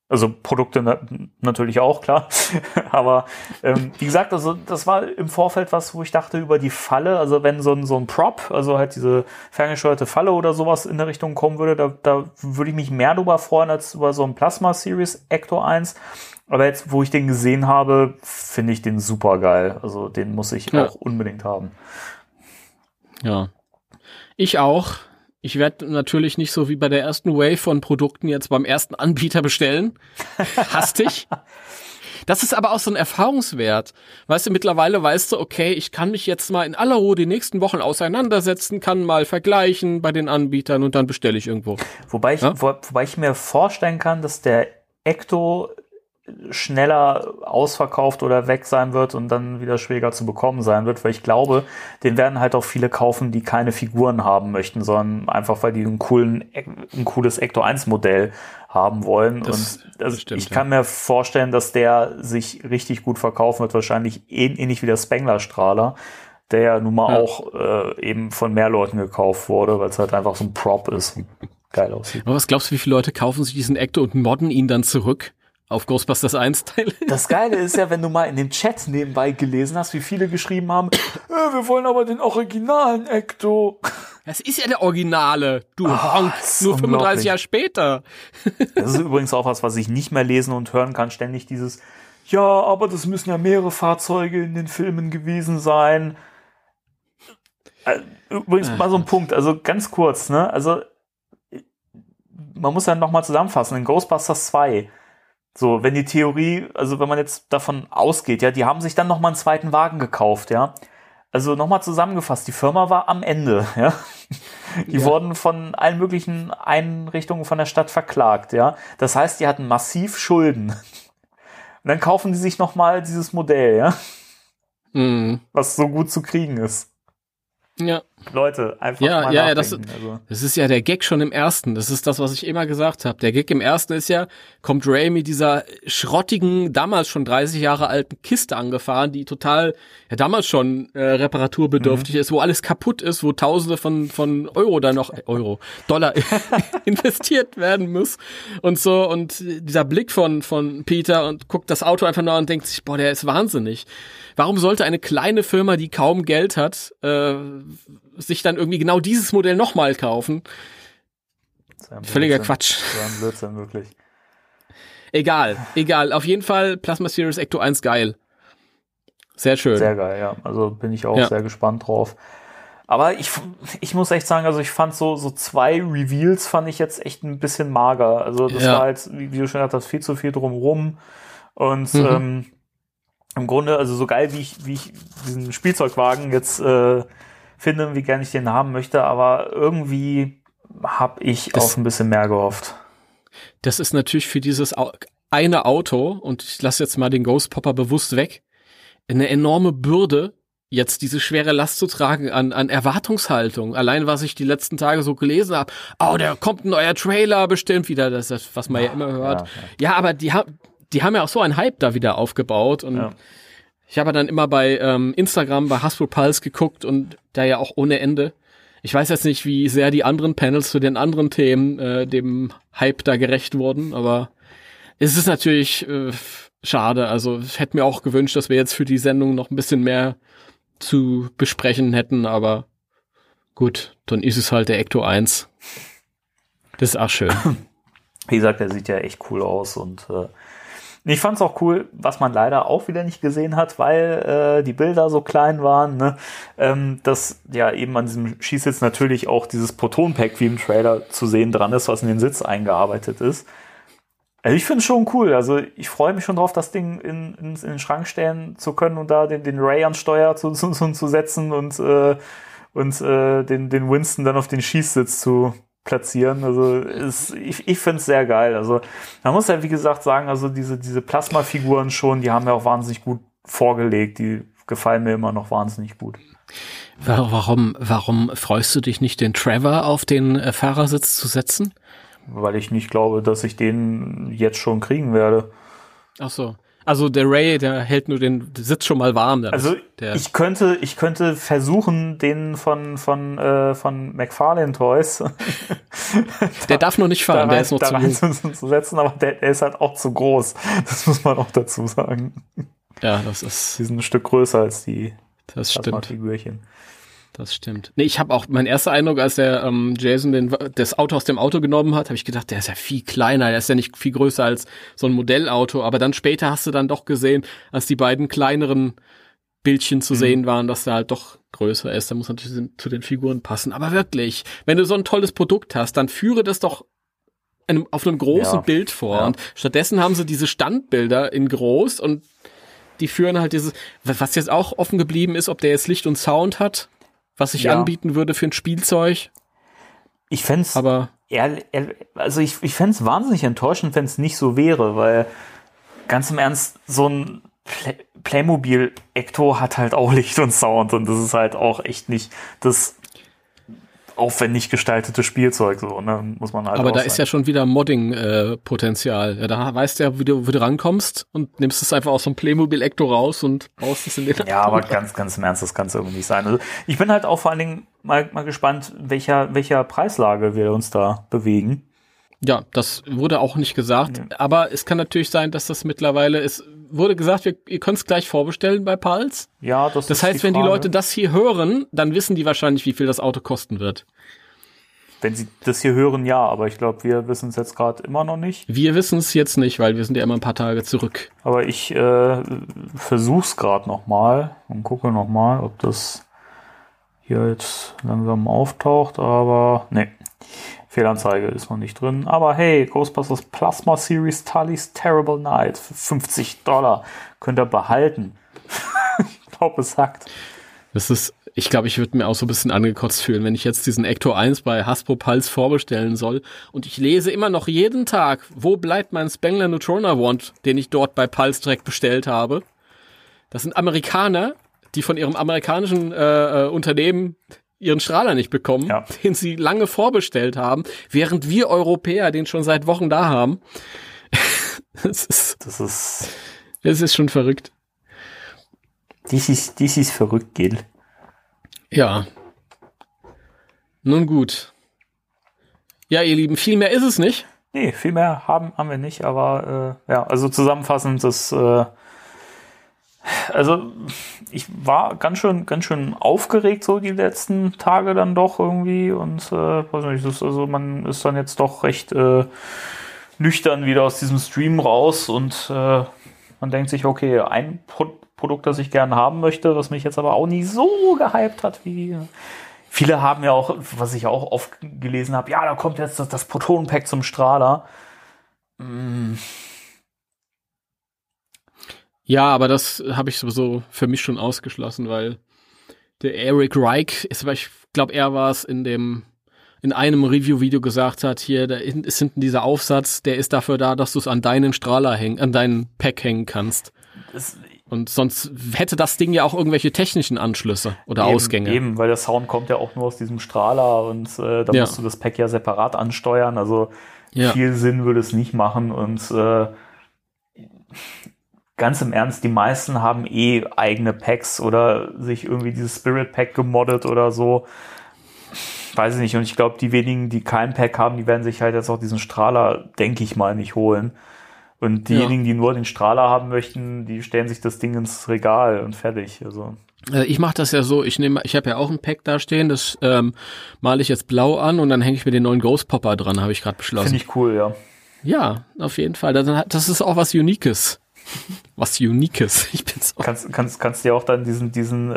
Also Produkte natürlich auch, klar. Aber wie gesagt, also das war im Vorfeld was, wo ich dachte über die Falle, also wenn so ein Prop, also halt diese ferngesteuerte Falle oder sowas in der Richtung kommen würde, da würde ich mich mehr drüber freuen als über so ein Plasma Series Ecto 1. Aber jetzt, wo ich den gesehen habe, finde ich den super geil. Also den muss ich auch unbedingt haben. Ja, ich auch. Ich werde natürlich nicht so wie bei der ersten Wave von Produkten jetzt beim ersten Anbieter bestellen. Hastig. Das ist aber auch so ein Erfahrungswert. Weißt du, mittlerweile weißt du, okay, ich kann mich jetzt mal in aller Ruhe die nächsten Wochen auseinandersetzen, kann mal vergleichen bei den Anbietern und dann bestelle ich irgendwo. Wobei ich mir vorstellen kann, dass der Ecto schneller ausverkauft oder weg sein wird und dann wieder schwieriger zu bekommen sein wird, weil ich glaube, den werden halt auch viele kaufen, die keine Figuren haben möchten, sondern einfach, weil die ein cooles Ecto 1 Modell haben wollen. Das stimmt, ich kann mir vorstellen, dass der sich richtig gut verkaufen wird, wahrscheinlich ähnlich wie der Spengler-Strahler, der ja nun mal auch eben von mehr Leuten gekauft wurde, weil es halt einfach so ein Prop ist und geil aussieht. Aber was glaubst du, wie viele Leute kaufen sich diesen Ecto und modden ihn dann zurück? Auf Ghostbusters 1 Teil. Das Geile ist ja, wenn du mal in dem Chat nebenbei gelesen hast, wie viele geschrieben haben, wir wollen aber den originalen Ecto. Das ist ja der Originale, du Honk, nur 35 Jahre später. Das ist übrigens auch was ich nicht mehr lesen und hören kann, ständig dieses, ja, aber das müssen ja mehrere Fahrzeuge in den Filmen gewesen sein. Übrigens mal so ein Punkt, also ganz kurz, ne, also man muss ja nochmal zusammenfassen, in Ghostbusters 2, so, wenn die Theorie, also wenn man jetzt davon ausgeht, ja, die haben sich dann nochmal einen zweiten Wagen gekauft, ja. Also nochmal zusammengefasst, die Firma war am Ende, ja. Die wurden von allen möglichen Einrichtungen von der Stadt verklagt, ja. Das heißt, die hatten massiv Schulden. Und dann kaufen die sich nochmal dieses Modell, ja. Was so gut zu kriegen ist. Ja. Leute, einfach mal nachdenken. Das ist ja der Gag schon im ersten. Das ist das, was ich immer gesagt habe. Der Gag im ersten ist ja, kommt Ray mit dieser schrottigen, damals schon 30 Jahre alten Kiste angefahren, die total, ja damals schon reparaturbedürftig ist, wo alles kaputt ist, wo Tausende von Dollar investiert werden muss und so. Und dieser Blick von Peter und guckt das Auto einfach nur an und denkt sich, boah, der ist wahnsinnig. Warum sollte eine kleine Firma, die kaum Geld hat, sich dann irgendwie genau dieses Modell nochmal kaufen? Völliger Quatsch. Das war ein Blödsinn, wirklich. Egal. Auf jeden Fall Plasma Series Ecto 1 geil. Sehr schön. Sehr geil, ja. Also bin ich auch sehr gespannt drauf. Aber ich muss echt sagen, also ich fand so 2 Reveals fand ich jetzt echt ein bisschen mager. Also das war halt, wie du schon gesagt hast, viel zu viel drumrum. Und im Grunde, also so geil, wie ich diesen Spielzeugwagen jetzt finde, wie gerne ich den haben möchte, aber irgendwie habe ich auf ein bisschen mehr gehofft. Das ist natürlich für dieses eine Auto, und ich lasse jetzt mal den Ghost Popper bewusst weg, eine enorme Bürde, jetzt diese schwere Last zu tragen an Erwartungshaltung. Allein, was ich die letzten Tage so gelesen habe, da kommt ein neuer Trailer bestimmt wieder, das ist das, was man ja immer hört. Ja, aber die haben ja auch so einen Hype da wieder aufgebaut und ich habe dann immer bei Instagram, bei Hasbro Pulse geguckt und da ja auch ohne Ende. Ich weiß jetzt nicht, wie sehr die anderen Panels zu den anderen Themen dem Hype da gerecht wurden, aber es ist natürlich schade. Also ich hätte mir auch gewünscht, dass wir jetzt für die Sendung noch ein bisschen mehr zu besprechen hätten, aber gut, dann ist es halt der Ecto 1. Das ist auch schön. Wie gesagt, der sieht ja echt cool aus und ich fand es auch cool, was man leider auch wieder nicht gesehen hat, weil die Bilder so klein waren, ne? Dass ja eben an diesem Schießsitz natürlich auch dieses Proton-Pack wie im Trailer zu sehen dran ist, was in den Sitz eingearbeitet ist. Also ich finde es schon cool. Also ich freue mich schon drauf, das Ding in den Schrank stellen zu können und da den Ray ans Steuer zu setzen und den Winston dann auf den Schießsitz zu platzieren. Also ich finde es sehr geil. Also man muss ja wie gesagt sagen, also diese Plasma-Figuren schon, die haben ja auch wahnsinnig gut vorgelegt. Die gefallen mir immer noch wahnsinnig gut. Warum freust du dich nicht, den Trevor auf den Fahrersitz zu setzen? Weil ich nicht glaube, dass ich den jetzt schon kriegen werde. Ach so. Also der Ray, der hält nur der sitzt schon mal warm. Also ich könnte versuchen, den von McFarlane Toys der darf noch nicht fahren, der ist noch zu jung. Zu setzen, aber der ist halt auch zu groß. Das muss man auch dazu sagen. Ja, das ist... Die sind ein Stück größer als die Plasma-Figürchen. Das stimmt. Nee, ich habe auch, mein erster Eindruck, als der Jason das Auto aus dem Auto genommen hat, habe ich gedacht, der ist ja viel kleiner, der ist ja nicht viel größer als so ein Modellauto, aber dann später hast du dann doch gesehen, als die beiden kleineren Bildchen zu sehen waren, dass der halt doch größer ist, da muss natürlich zu den Figuren passen. Aber wirklich, wenn du so ein tolles Produkt hast, dann führe das doch auf einem großen Bild vor. Ja. Und stattdessen haben sie diese Standbilder in groß und die führen halt dieses, was jetzt auch offen geblieben ist, ob der jetzt Licht und Sound hat, was ich anbieten würde für ein Spielzeug. Ich fänd's, also ich fänd's wahnsinnig enttäuschend, wenn es nicht so wäre, weil ganz im Ernst, so ein Playmobil Ecto hat halt auch Licht und Sound und das ist halt auch echt nicht das aufwendig gestaltete Spielzeug, so, ne, muss man halt. Aber da ist ja schon wieder Modding-Potenzial. Ja, da weißt du ja, wie du rankommst und nimmst es einfach aus so einem Playmobil Ecto raus und baust es in den. Ja, aber ganz im Ernst, das kann es irgendwie nicht sein. Also ich bin halt auch vor allen Dingen mal gespannt, welcher Preislage wir uns da bewegen. Ja, das wurde auch nicht gesagt, aber es kann natürlich sein, dass das mittlerweile ist. Wurde gesagt, ihr könnt es gleich vorbestellen bei Pulse. Ja, das heißt, wenn die Leute das hier hören, dann wissen die wahrscheinlich, wie viel das Auto kosten wird. Wenn sie das hier hören, ja, aber ich glaube, wir wissen es jetzt gerade immer noch nicht. Wir wissen es jetzt nicht, weil wir sind ja immer ein paar Tage zurück. Aber ich versuch's gerade nochmal und gucke nochmal, ob das hier jetzt langsam auftaucht, aber nee. Fehlanzeige ist noch nicht drin. Aber hey, Ghostbusters Plasma Series Tully's Terrible Night für $50 könnt ihr behalten. Ich glaube, es hackt. Ich glaube, ich würde mir auch so ein bisschen angekotzt fühlen, wenn ich jetzt diesen Ecto 1 bei Hasbro Pulse vorbestellen soll und ich lese immer noch jeden Tag, wo bleibt mein Spengler Neutrona Wand, den ich dort bei Pulse direkt bestellt habe. Das sind Amerikaner, die von ihrem amerikanischen Unternehmen ihren Strahler nicht bekommen, den sie lange vorbestellt haben, während wir Europäer den schon seit Wochen da haben. Das ist schon verrückt. Dies ist verrückt, Gil. Ja. Nun gut. Ja, ihr Lieben, viel mehr ist es nicht. Nee, viel mehr haben wir nicht, aber also zusammenfassend, also ich war ganz schön aufgeregt so die letzten Tage dann doch irgendwie und weiß nicht, also man ist dann jetzt doch recht nüchtern wieder aus diesem Stream raus und man denkt sich, okay, ein Produkt, das ich gerne haben möchte, was mich jetzt aber auch nie so gehypt hat wie viele haben ja auch, was ich auch oft gelesen habe, ja, da kommt jetzt das Proton-Pack zum Strahler. Ja, aber das habe ich sowieso für mich schon ausgeschlossen, weil der Eric Reich ist, weil ich glaube, er war es in einem Review-Video gesagt hat, hier, da ist hinten dieser Aufsatz, der ist dafür da, dass du es an deinen Strahler an deinen Pack hängen kannst. Und sonst hätte das Ding ja auch irgendwelche technischen Anschlüsse oder Ausgänge. Eben, weil der Sound kommt ja auch nur aus diesem Strahler und da musst du das Pack ja separat ansteuern, also viel Sinn würde es nicht machen und ganz im Ernst, die meisten haben eigene Packs oder sich irgendwie dieses Spirit Pack gemoddet oder so. Weiß ich nicht. Und ich glaube, die wenigen, die kein Pack haben, die werden sich halt jetzt auch diesen Strahler, denke ich mal, nicht holen. Und diejenigen, die nur den Strahler haben möchten, die stellen sich das Ding ins Regal und fertig. Also ich mache das ja so, ich habe ja auch ein Pack da stehen, das male ich jetzt blau an und dann hänge ich mir den neuen Ghost Popper dran, habe ich gerade beschlossen. Finde ich cool, ja. Ja, auf jeden Fall. Das ist auch was Uniques. Was Uniques. Ich bin's auch. Kannst dir auch dann diesen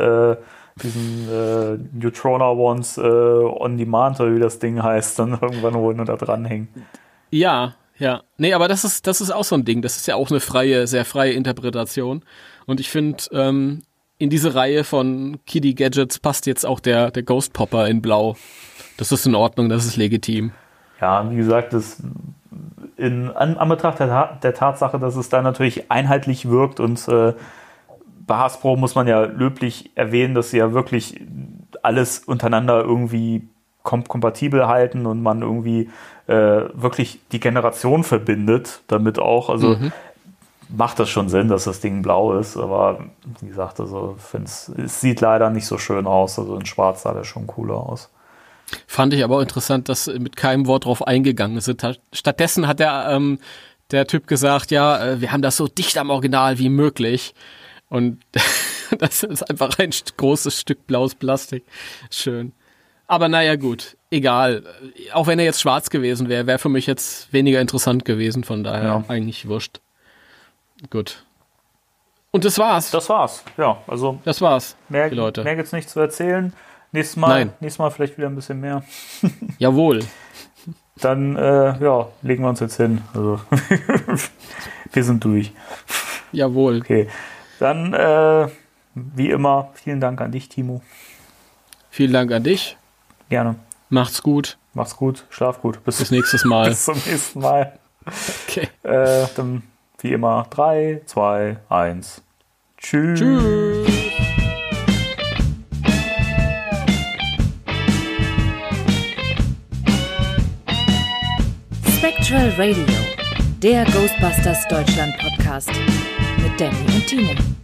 Neutrona Ones on Demand, oder wie das Ding heißt, dann irgendwann holen und da dranhängen. Ja. Nee, aber das ist auch so ein Ding. Das ist ja auch eine sehr freie Interpretation. Und ich finde, in diese Reihe von Kiddie Gadgets passt jetzt auch der Ghost Popper in Blau. Das ist in Ordnung, das ist legitim. Ja, wie gesagt, in Anbetracht der Tatsache, dass es da natürlich einheitlich wirkt und bei Hasbro muss man ja löblich erwähnen, dass sie ja wirklich alles untereinander irgendwie kompatibel halten und man irgendwie wirklich die Generation verbindet, damit auch, also macht das schon Sinn, dass das Ding blau ist, aber wie gesagt, also es sieht leider nicht so schön aus, also in schwarz sah der schon cooler aus. Fand ich aber auch interessant, dass mit keinem Wort drauf eingegangen ist. Stattdessen hat der Typ gesagt, ja, wir haben das so dicht am Original wie möglich. Und das ist einfach ein großes Stück blaues Plastik. Schön. Aber naja, gut. Egal. Auch wenn er jetzt schwarz gewesen wäre, wäre für mich jetzt weniger interessant gewesen. Von daher eigentlich wurscht. Gut. Und das war's. Das war's. Ja, also. Das war's. Mehr gibt's nicht zu erzählen. Nächstes Mal vielleicht wieder ein bisschen mehr. Jawohl. Dann, legen wir uns jetzt hin. Also, wir sind durch. Jawohl. Okay. Dann, wie immer, vielen Dank an dich, Timo. Vielen Dank an dich. Gerne. Macht's gut. Mach's gut. Schlaf gut. Bis nächstes Mal. Bis zum nächsten Mal. Okay. Dann, wie immer, 3, 2, 1. Tschüss. Tschüss. Spectral Radio, der Ghostbusters Deutschland Podcast mit Danny und Timo.